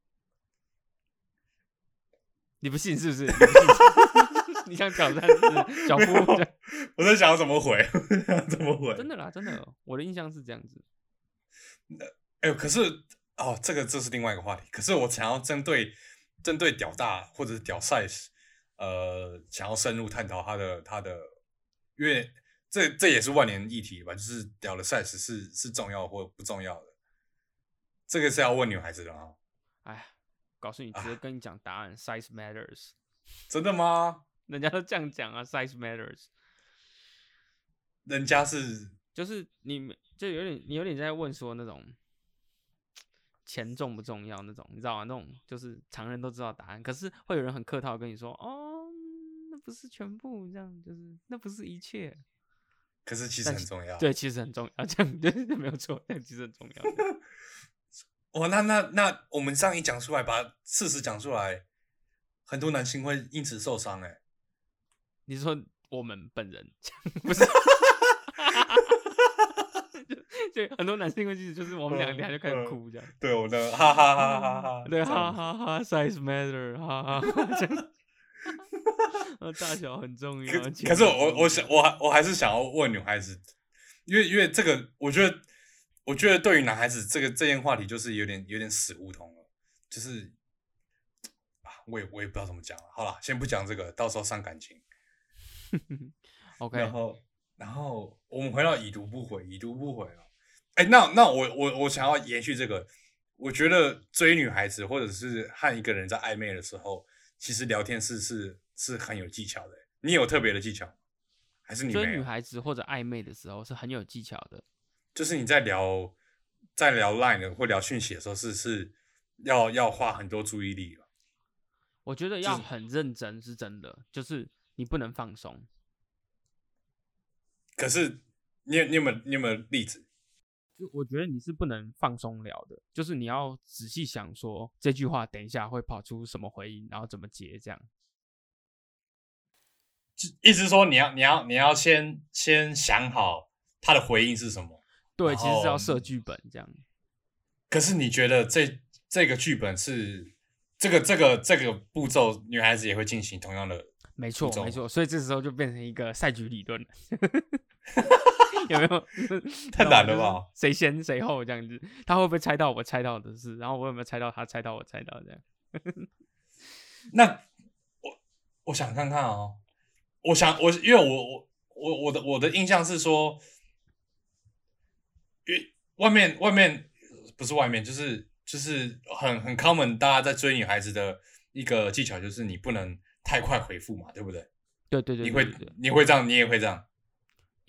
你不信是不是？你不信你想挑战是小夫？ 我在想要怎么回，怎么回？ 真的啦，真的，我的印象是这样子。 哎、欸，可是哦，这个这是另外一个话题。可是我想要针对针对屌大或者是屌 size， 呃，想要深入探讨它的它的，因为这这也是万年议题吧，就是屌的 size 是是重要或不重要的。这个是要问女孩子的啊。 哎。告诉你，直接跟你讲答案 ，size matters。 真的吗？ 人家都这样讲啊 ，size matters。 人家是就是你，就有点，你有点在问说那种钱重不重要那种，你知道吗？那种就是常人都知道答案，可是会有人很客套跟你说，哦，那不是全部，这样就是那不是一切。 可是其实很重要。 对，其实很重要，这样对没有错，但其实很重要。 哇，那那那我们这样一讲出来，把事实讲出来，很多男性会因此受伤哎、欸。 你是说我们本人不是？就, 就很多男性会其实就是我们两个就开始哭这样。 嗯、对，我的哈哈哈哈哈， 对，哈哈哈 ，size matter， 哈哈哈。大小很重要。 可, 可是我我想我我还是想要问女孩子，因为因为这个，我觉得。我觉得对于男孩子这个这件话题就是有点有点死胡同了，就是啊，我也我也不知道怎么讲了。好了，先不讲这个，到时候伤感情。 OK， 然后然后我们回到已读不回，已读不回哦。哎，那那我我我想要延续这个，我觉得追女孩子或者是和一个人在暧昧的时候，其实聊天是是是很有技巧的。你有特别的技巧吗？还是你没有？ 追女孩子或者暧昧的时候是很有技巧的。 就是你在聊在聊 Line 或聊讯息的时候是，是是要要花很多注意力了。 我觉得要很认真是真的，就是、就是你不能放松。 可是你有你有没有你有没有例子？ 就我觉得你是不能放松聊的，就是你要仔细想说这句话等一下会跑出什么回应，然后怎么接这样。 意思是说你要你要你要先先想好他的回应是什么。 对，其实是要设剧本这样。 可是你觉得这这个剧本是这个这个这个步骤，女孩子也会进行同样的？ 没错，没错。所以这时候就变成一个赛局理论了，有没有？ 太难了吧？ 谁先谁后这样子？他会不会猜到我猜到的事？然后我有没有猜到他猜到我猜到这样？ 那我我想看看哦，我想我因为我我我我的我的印象是说。因为外面外面不是外面，就是就是很很 common， 大家在追女孩子的一个技巧就是你不能太快回复嘛，对不对？ 对对 对, 对，你会对对对你会这样，你也会这样。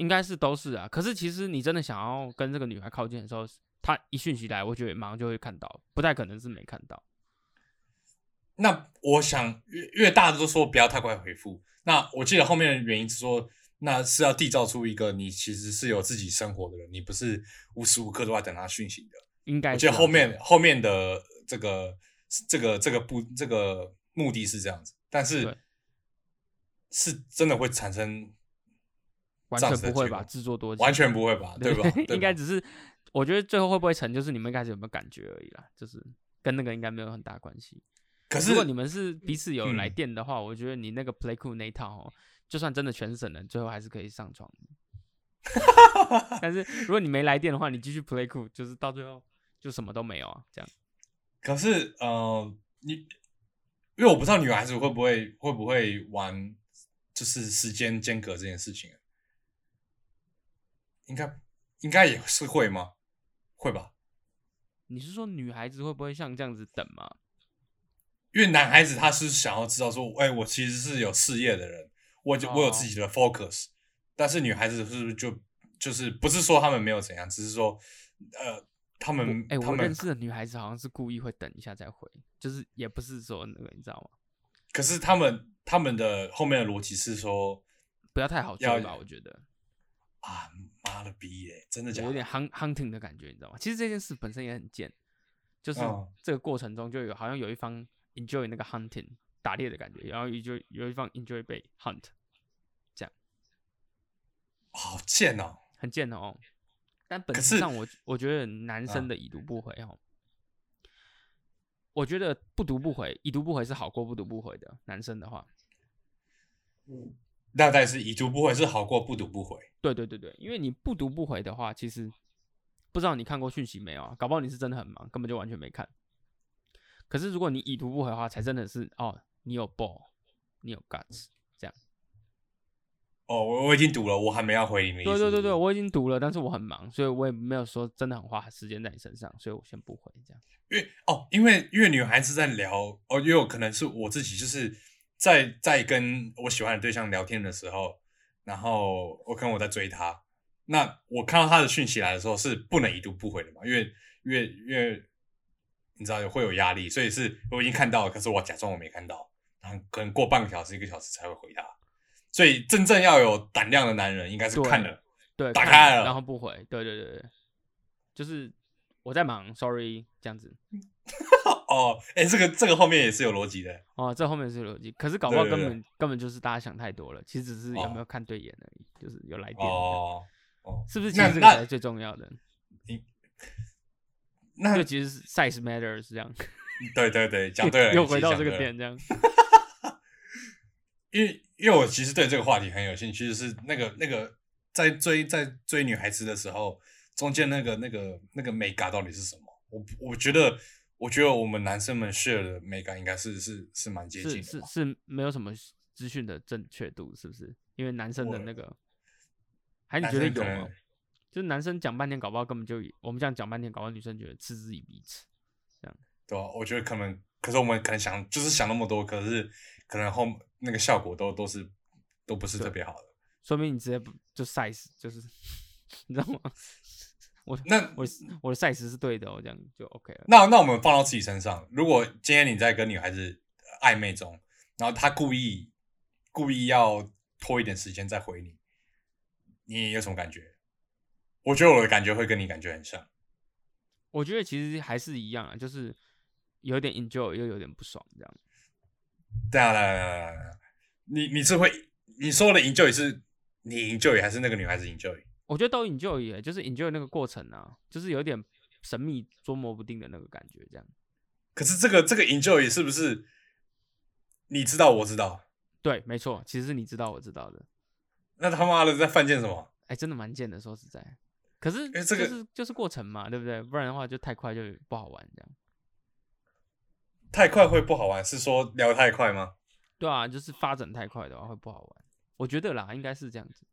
应该是都是啊。可是其实你真的想要跟这个女孩靠近的时候，她一讯息来，我觉得马上就会看到，不太可能是没看到。 那我想，因为大家都说不要太快回复，那我记得后面的原因是说，那是要缔造出一个你其实是有自己生活的人，你不是无时无刻都在等他讯息的。 应该是、啊、 我记得后面后面的这个这个这个不这个目的是这样子，但是是真的会产生完全不会吧？自作多情， 完全不会吧？对吧？对吧应该只是我觉得最后会不会成，就是你们一开始有没有感觉而已啦，就是跟那个应该没有很大关系。 可是如果你们是彼此有来电的话，嗯、我觉得你那个 Play Cool 那一套哦，就算真的全省了，最后还是可以上床的。但是如果你没来电的话，你继续 Play Cool， 就是到最后就什么都没有啊，这样。 可是呃，你因为我不知道女孩子会不会会不会玩，就是时间间隔这件事情，应该应该也是会吗？会吧？ 你是说女孩子会不会像这样子等吗？ 因为男孩子他是想要知道说，哎、欸，我其实是有事业的人，我就、哦、我有自己的 focus， 但是女孩子是不是就就是不是说他们没有怎样，只是说呃，他们哎、欸， 我认识的女孩子好像是故意会等一下再回，就是也不是说那个你知道吗？ 可是他们他们的后面的逻辑是说， 不要太好追吧，我觉得啊，妈的逼耶，真的假的？ 有点 hunting 的感觉，你知道吗？其实这件事本身也很贱，就是这个过程中就有好像有一方 enjoy 那个 hunting 打猎的感觉，然后就有一方 enjoy 被 hunt， 这样， 好贱哦， 很贱哦。但本质上我我觉得男生的已读不回哦，我觉得不读不回，已读不回是好过不读不回的。男生的话， 嗯，大概是已读不回是好过不读不回。 对对对对，因为你不读不回的话，其实不知道你看过讯息没有啊？搞不好你是真的很忙，根本就完全没看。可是如果你已读不回的话，才真的是哦，你有 ball， 你有 guts， 这样。 哦，我我已经读了，我还没要回你的意思。 对对对对，我已经读了，但是我很忙，所以我也没有说真的很花时间在你身上，所以我先不回这样。 因为哦，因为因为女孩子在聊哦，也有可能是我自己，就是在在跟我喜欢的对象聊天的时候，然后我可能我在追她，那我看到她的讯息来的时候是不能已读不回的嘛，因为因为因为你知道会有压力，所以是我已经看到了，可是我假装我没看到，然后可能过半个小时一个小时才会回她。所以真正要有胆量的男人，应该是看了， 对， 打开了， 然后不回。对对对，就是我在忙 ，sorry， 这样子。 哦，哎、欸，这个这个后面也是有逻辑的。 哦，这后面是有逻辑，可是搞不好根本对对对根本就是大家想太多了，其实只是有没有看对眼而已，哦、就是有来电。 哦哦， 是不是？其实这个才是最重要的。 那就其实是 size matters 这样。 对对对，讲对了， 又回到这个点这样。 因为因为我其实对这个话题很有兴趣，就是那个那个在追在追女孩子的时候，中间那个那个那个美感到底是什么？我我觉得我觉得我们男生们 share 的美感应该是是是蛮接近的， 是是是没有什么资讯的正确度，是不是？因为男生的那个，还你觉得有吗？就是男生讲半天，搞不好根本就我们这样讲半天，搞不好女生觉得嗤之以鼻，这样。 对啊，我觉得可能，可是我们可能想就是想那么多，可是可能后那个效果都都是都不是特别好的。 说明你直接不就 size 就是你知道吗？我那我我的 size 是对的，我这样就 OK 了。 那那我们放到自己身上，如果今天你在跟女孩子暧昧中，然后她故意故意要拖一点时间再回你，你有什么感觉？我觉得我的感觉会跟你感觉很像。 我觉得其实还是一样啊，就是有点 enjoy 又有点不爽这样。 对啊，对啊，对啊，你你是会你说的 enjoy 是你 enjoy 还是那个女孩子 enjoy？ 我觉得都 enjoy， 就是 enjoy 那个过程啊，就是有点神秘捉摸不定的那个感觉这样。 可是这个这个 enjoy 是不是你知道我知道？ 对，没错，其实是你知道我知道的。 那他妈的在犯贱什么？ 哎、欸，真的蛮贱的，说实在。可是这个就是就是过程嘛，对不对？不然的话就太快就不好玩这样。 太快会不好玩，是说聊太快吗？ 对啊，就是发展太快的话会不好玩。我觉得啦，应该是这样子。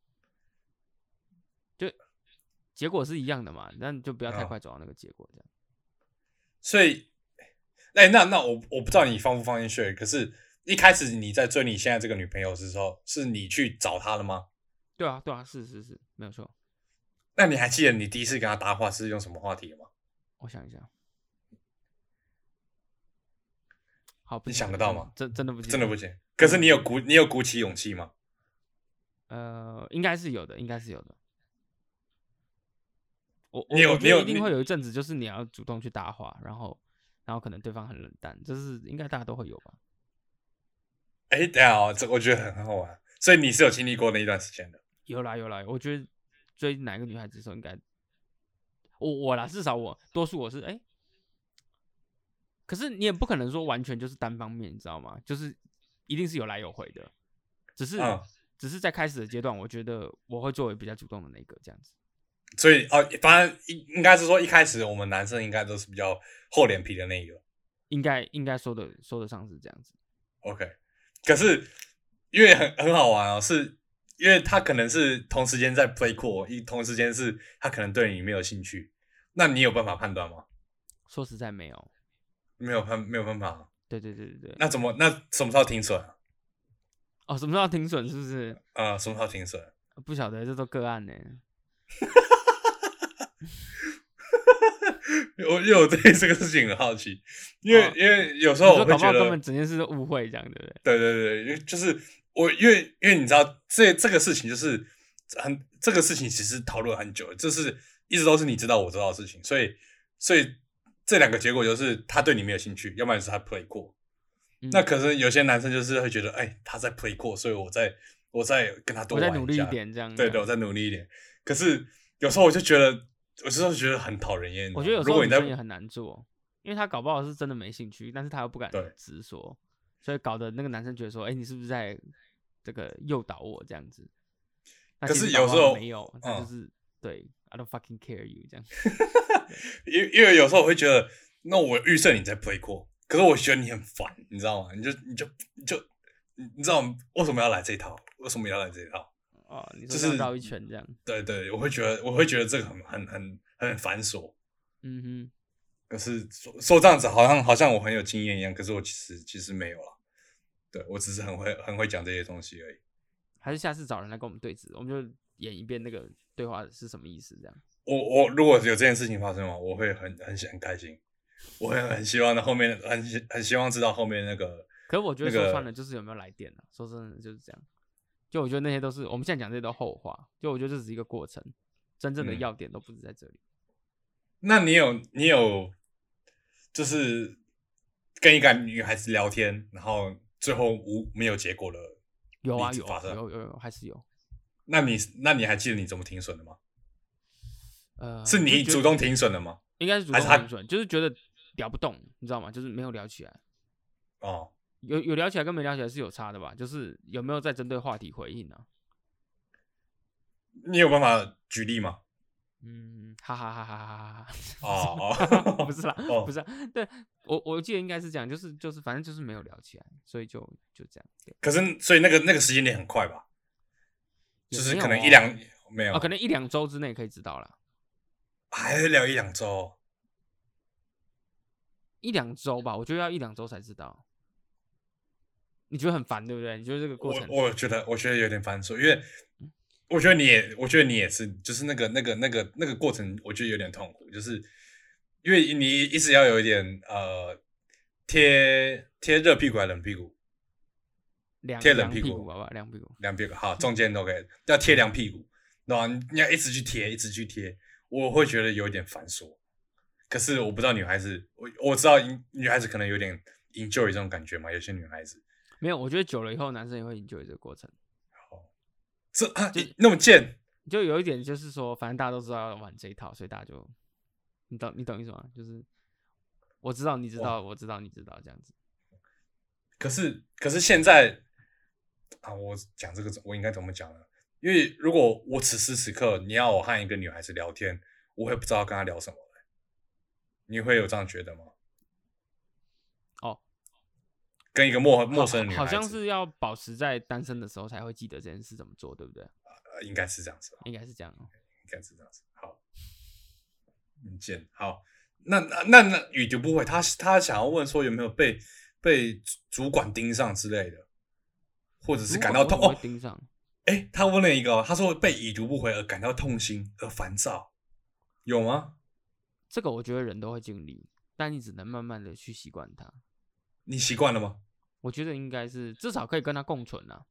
就结果是一样的嘛，但就不要太快走到那个结果这样。哦、 所以，哎、欸，那那我我不知道你放不放心 share， 可是一开始你在追你现在这个女朋友的时候，是你去找她的吗？ 对啊，对啊，是是是，没有错。 那你还记得你第一次跟他搭话是用什么话题吗？ 我想一下，好，不你记得想得到吗？ 真真的不记得， 真的不行。可是你有鼓，你有鼓起勇气吗？ 呃，应该是有的，应该是有的。我我你有我觉得一定你有会有一阵子，就是你要主动去搭话，然后然后可能对方很冷淡，这是应该大家都会有吧？ 哎，等一下哦，这我觉得很很好玩。所以你是有经历过那一段时间的。 有啦有啦，我觉得追哪个女孩子的时候，应该我我啦，至少我多数我是哎、欸可是你也不可能说完全就是单方面，你知道吗？就是一定是有来有回的，只是、 嗯， 只是在开始的阶段，我觉得我会作为比较主动的那个这样子。 所以哦，反正应应该是说一开始我们男生应该都是比较厚脸皮的那一个。 应该应该说的说得上是这样子。 OK，可是因为很很好玩哦，是因为他可能是同时间在 play cool，一同时间是他可能对你没有兴趣，那你有办法判断吗？ 说实在没有， 没有判没有办法。 对对对对对。 那怎么那什么时候停损啊？ 哦，什么时候要停损？是不是？ 呃，什么时候停损？ 不晓得，这都个案呢。 我因为我对这个事情很好奇，因为、 哦因为有时候我会搞不好觉得， 根本整件事都误会，这样对不对？ 对对对，就是我因为因为你知道这这个事情就是很这个事情其实讨论很久了，这是一直都是你知道我知道的事情，所以所以这两个结果就是他对你没有兴趣，要不然就是他 play 过。 嗯、 那可是有些男生就是会觉得，哎，他在 play 过，所以我在我再跟他多我再玩下努力一点，这样。 对对，我再努力一点。可是有时候我就觉得，有时候觉得很讨人厌。 我觉得有时如果你在候女生也很难做，因为她搞不好是真的没兴趣，但是她又不敢直说，所以搞得那个男生觉得说，哎、欸，你是不是在这个诱导我这样子？ 可是有时候没有，他就是、嗯、对 ，I don't fucking care you 这样。 因因为有时候我会觉得，那我预设你在 play 过，可是我觉得你很烦，你知道吗？你就你就你就你知道为什么要来这一套？为什么要来这一套？ 哦，你说绕一圈这样、 就是？对对，我会觉得我会觉得这个很很很很繁琐。 嗯哼。 可是说说这样子好像好像我很有经验一样，可是我其实其实没有啦。对，我只是很会很会讲这些东西而已。 还是下次找人来跟我们对质，我们就演一遍那个对话是什么意思这样。 我我如果有这件事情发生嘛，我会很很很开心，我会很希望的后面很很希望知道后面那个。 可是我觉得说穿了就是有没有来电啊？说真的就是这样。就我觉得那些都是我们现在讲这些都后话，就我觉得这只是一个过程，真正的要点都不是在这里。嗯、 那你有你有就是跟一个女孩子聊天，然后最后无没有结果的？ 有啊有啊有有有还是有。 那你那你还记得你怎么停损的吗？ 呃， 是你主动停损的吗？ 应该是主动停损，就是觉得聊不动，你知道吗？就是没有聊起来。 哦。 有有聊起来跟没聊起来是有差的吧？就是有没有在针对话题回应啊？ 你有办法举例吗？ 嗯，哈哈哈哈哈哈！ 哦哦，不是啦，哦、不是、啊，对我我记得应该是这样，就是就是反正就是没有聊起来，所以就就这样。 可是所以那个那个时间点很快吧？就是可能一两没有哦，可能一两周之内可以知道了。 还得聊一两周？ 一两周吧，我觉得要一两周才知道。你觉得很烦，对不对？你觉得这个过程？ 我我觉得我觉得有点繁琐，因为我觉得你也，我觉得你也是，就是那个那个那个那个过程，我觉得有点痛苦，就是因为你一直要有一点呃贴贴热屁股还是冷屁股？贴冷屁股， 好不好？凉屁股， 凉屁股，好，中间都可以，要贴凉屁股，然后你要一直去贴，一直去贴，我会觉得有点繁琐。可是我不知道女孩子，我我知道女孩子可能有点 enjoy 这种感觉嘛，有些女孩子。 没有，我觉得久了以后，男生也会 enjoy 这个过程。 哦，这啊，那么贱， 就有一点就是说，反正大家都知道要玩这一套，所以大家就，你懂你懂意思吗？就是我知道你知道，我知道你知道这样子。 可是可是现在啊，我讲这个我应该怎么讲呢？因为如果我此时此刻你要我和一个女孩子聊天，我会不知道跟她聊什么。你会有这样觉得吗？ 哦。 跟一个陌陌生的女孩子， 好像是要保持在单身的时候才会记得这件事怎么做，对不对？ 呃，应该是这样子吧。 应该是这样、哦， 应该是这样子。好，很贱。好，那那那雨就不会，他他想要问说有没有被被主管盯上之类的，或者是感到痛哦， 盯上。 哎，他问了一个、哦，他说被已读不回而感到痛心而烦躁，有吗？ 这个我觉得人都会经历，但你只能慢慢的去习惯它。 你习惯了吗？ 我觉得应该是至少可以跟它共存啊。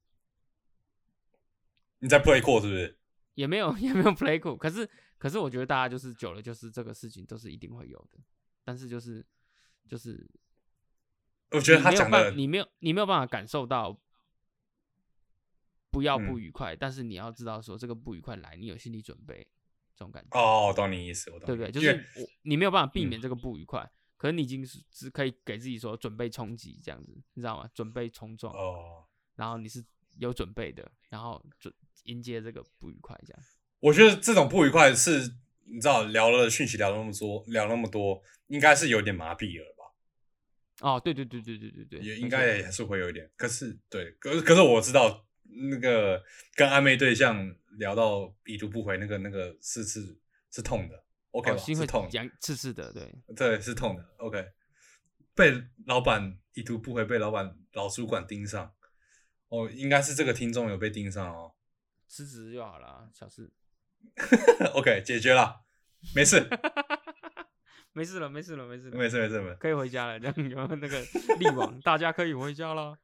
你在 play core 是不是？ 也没有也没有 play cool，可是可是我觉得大家就是久了，就是这个事情都是一定会有的，但是就是就是我觉得他讲的， 你没有你没有办法感受到不要不嗯， 愉快，但是你要知道说这个不愉快来，你有心理准备，这种感觉， 哦，我懂你意思，我懂你意思， 对不对？就因为是我你没有办法避嗯免这个不愉快，可是你已经是只可以给自己说准备冲击这样子，你知道吗？准备冲撞， 哦， 然后你是有准备的，然后准迎接这个不愉快这样。 我觉得这种不愉快是，你知道聊了讯息聊那么多，聊那么多，应该是有点麻痹了吧？ 哦，对对对对对对对， 也没错应该也还是会有一点。可是对，可是可是我知道那个跟暧昧对象聊到已读不回，那个那个是是是痛的，OK 哦， 吧？ 心会是痛的， 痒刺刺的，对。 对，是痛的，OK。被老板已读不回，被老板老主管盯上，哦，应该是这个听众有被盯上哦。 辞职就好了，小事。 OK， 解决了，没事， 没事了，没事了，没事了， 没事，没事，没事。 可以回家了。这样有那个力王，大家可以回家了。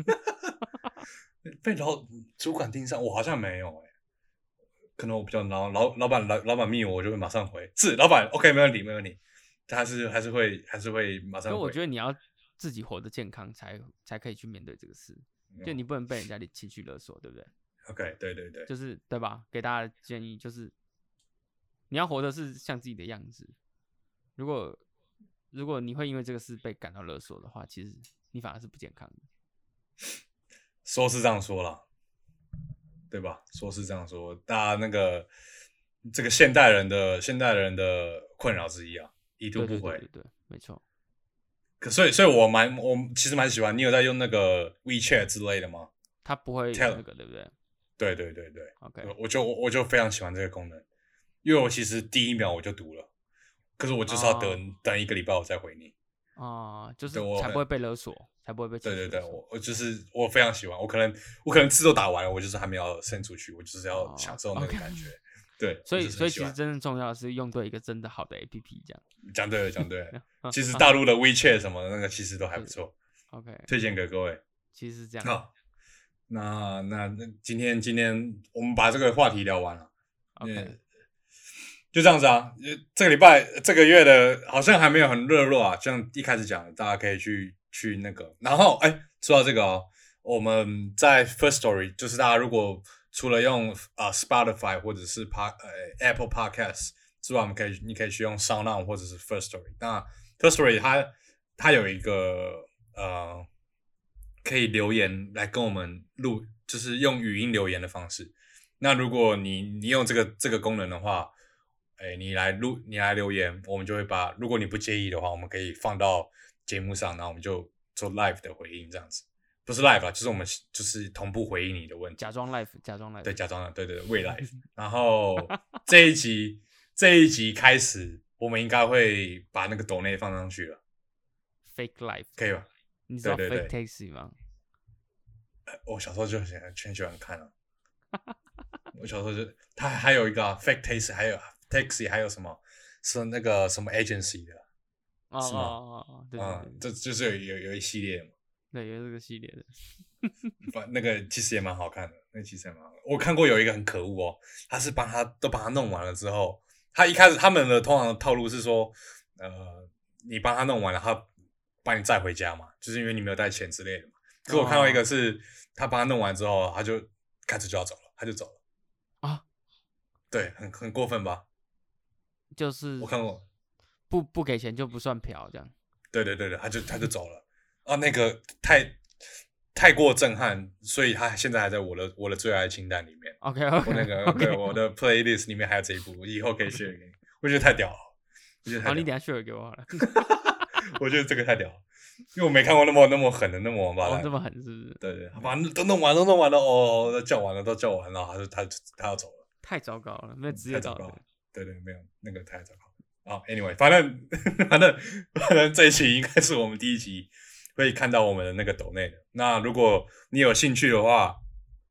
被老主管盯上，我好像没有哎、欸，可能我比较老老老板老老板密我，我就会马上回，是老板 OK 没问题没问题，他还是还是会还是会马上回。 可我觉得你要自己活得健康才才可以去面对这个事，就你不能被人家的情绪勒索，对不对 OK 对对对， 就是对吧？给大家的建议就是，你要活的是像自己的样子。如果如果你会因为这个事被感到勒索的话，其实你反而是不健康的。 说是这样说啦，对吧？说是这样说，大家那个这个现代人的现代人的困扰之一啊，已读不回。 对对对对对，没错。 可所以所以我蛮我其实蛮喜欢，你有在用那个 WeChat 之类的吗？ 它不会有那个，对不对？ 对对对对 ，OK， 我就我就非常喜欢这个功能，因为我其实第一秒我就读了，可是我就是要等、哦、等一个礼拜我再回你啊、呃，就是才不会被勒索，才不会被对对对，我我就是我非常喜欢，我可能我可能字都打完了，我就是还没有伸出去，我就是要享受那个感觉。哦 okay. 对， 所以所以其实真正重要的是用对一个真的好的 A P P， 这样讲对了讲对了。其实大陆的 WeChat 什么的那个其实都还不错 ，OK， 推荐给各位。 其实是这样。 好，那那那今天今天我们把这个话题聊完了 ，OK， 就这样子啊。这个礼拜这个月的好像还没有很热络啊，像一开始讲的，大家可以去去那个。然后哎，说到这个哦，我们在 First Story， 就是大家如果除了用呃 Spotify 或者是 Pod 呃 Apple Podcast 之外，我们可以你可以去用 SoundOn 或者是 First Story。那 First Story 它它有一个呃可以留言来跟我们录，就是用语音留言的方式。那如果你你用这个这个功能的话，哎，你来录你来留言，我们就会把，如果你不介意的话，我们可以放到节目上，然后我们就做 live 的回应这样子。不是 live 啦，就是我们就是同步回应你的问题， 假装 live， 假装 live， 对，假装的，对对对，未 live。然后这一集这一集开始，我们应该会把那个抖内放上去了 ，fake live， 可以吧？ 你知道对对 fake taxi 吗？ 我小时候就很很喜欢看啊，我小时候就他还有一个、啊、fake taxi， 还有 taxi， 还有什么是那个什么 agency 的， 哦是吗？ 哦哦，对对对， 嗯，这就是有有有一系列嘛。 对，有这个系列的， 那个其实也蛮好看的，那个其实也蛮好看的。我看过有一个很可恶哦，他是帮他都帮他弄完了之后，他一开始他们的通常的套路是说，呃，你帮他弄完了，他把你载回家嘛，就是因为你没有带钱之类的嘛。可是我看到一个是，他帮他弄完之后，他就开始就要走了，他就走了啊， 对，很很过分吧？ 就是我看过， 不不给钱就不算嫖这样。 对对对对，他就他就走了。啊，那个太太过震撼，所以他现在还在我的我的最爱清单里面。 OK OK， 我那个 okay. 对我的 playlist 里面还有这一部，我以后可以 share 给你。我觉得太屌了，我觉得太屌了。 好，你等一下 share 给我好了。 我觉得这个太屌了，因为我没看过那么那么狠的那么王八蛋。 哦，这么狠是不是？ 对对，把都弄完，都弄完了，哦，都叫完了，都叫完了，他就他他要走了。 太糟糕了，没有职业道德。 对对，没有那个太糟糕。啊、oh, ，anyway， 反正反正反正这一期应该是我们第一集会看到我们的那个抖内的。那如果你有兴趣的话，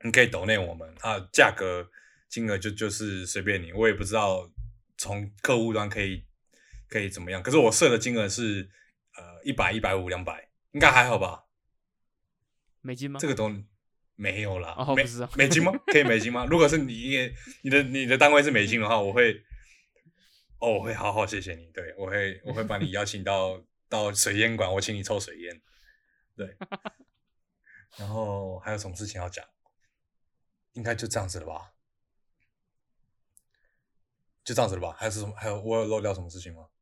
你可以抖内我们啊，价格金额就就是随便你，我也不知道从客户端可以可以怎么样，可是我设的金额是呃一百、一百五、两百，应该还好吧？ 美金吗？ 这个都没有啦， 哦， 美不是啊， 美金吗？可以美金吗？如果是你你的你的单位是美金的话，我会哦，我会好好谢谢你，对我会我会把你邀请到到水烟馆，我请你抽水烟，对。然后还有什么事情要讲？应该就这样子了吧？就这样子了吧？还是什么？还有我有漏掉什么事情吗？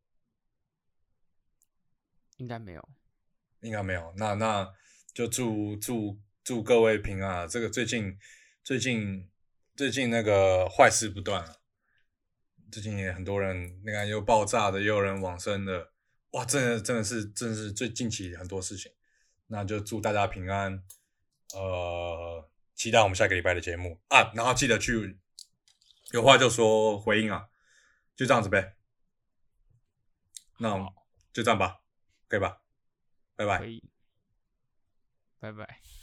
应该没有。 应该没有。那那就祝祝祝各位平安啊！这个最近最近最近那个坏事不断啊，最近也很多人，那个又爆炸的，又有人往生的，哇，真的真的是真的是最近期很多事情。那就祝大家平安，呃，期待我们下个礼拜的节目啊，然后记得去有话就说回应啊，就这样子呗。那就这样吧，可以吧？拜拜。 可以，拜拜。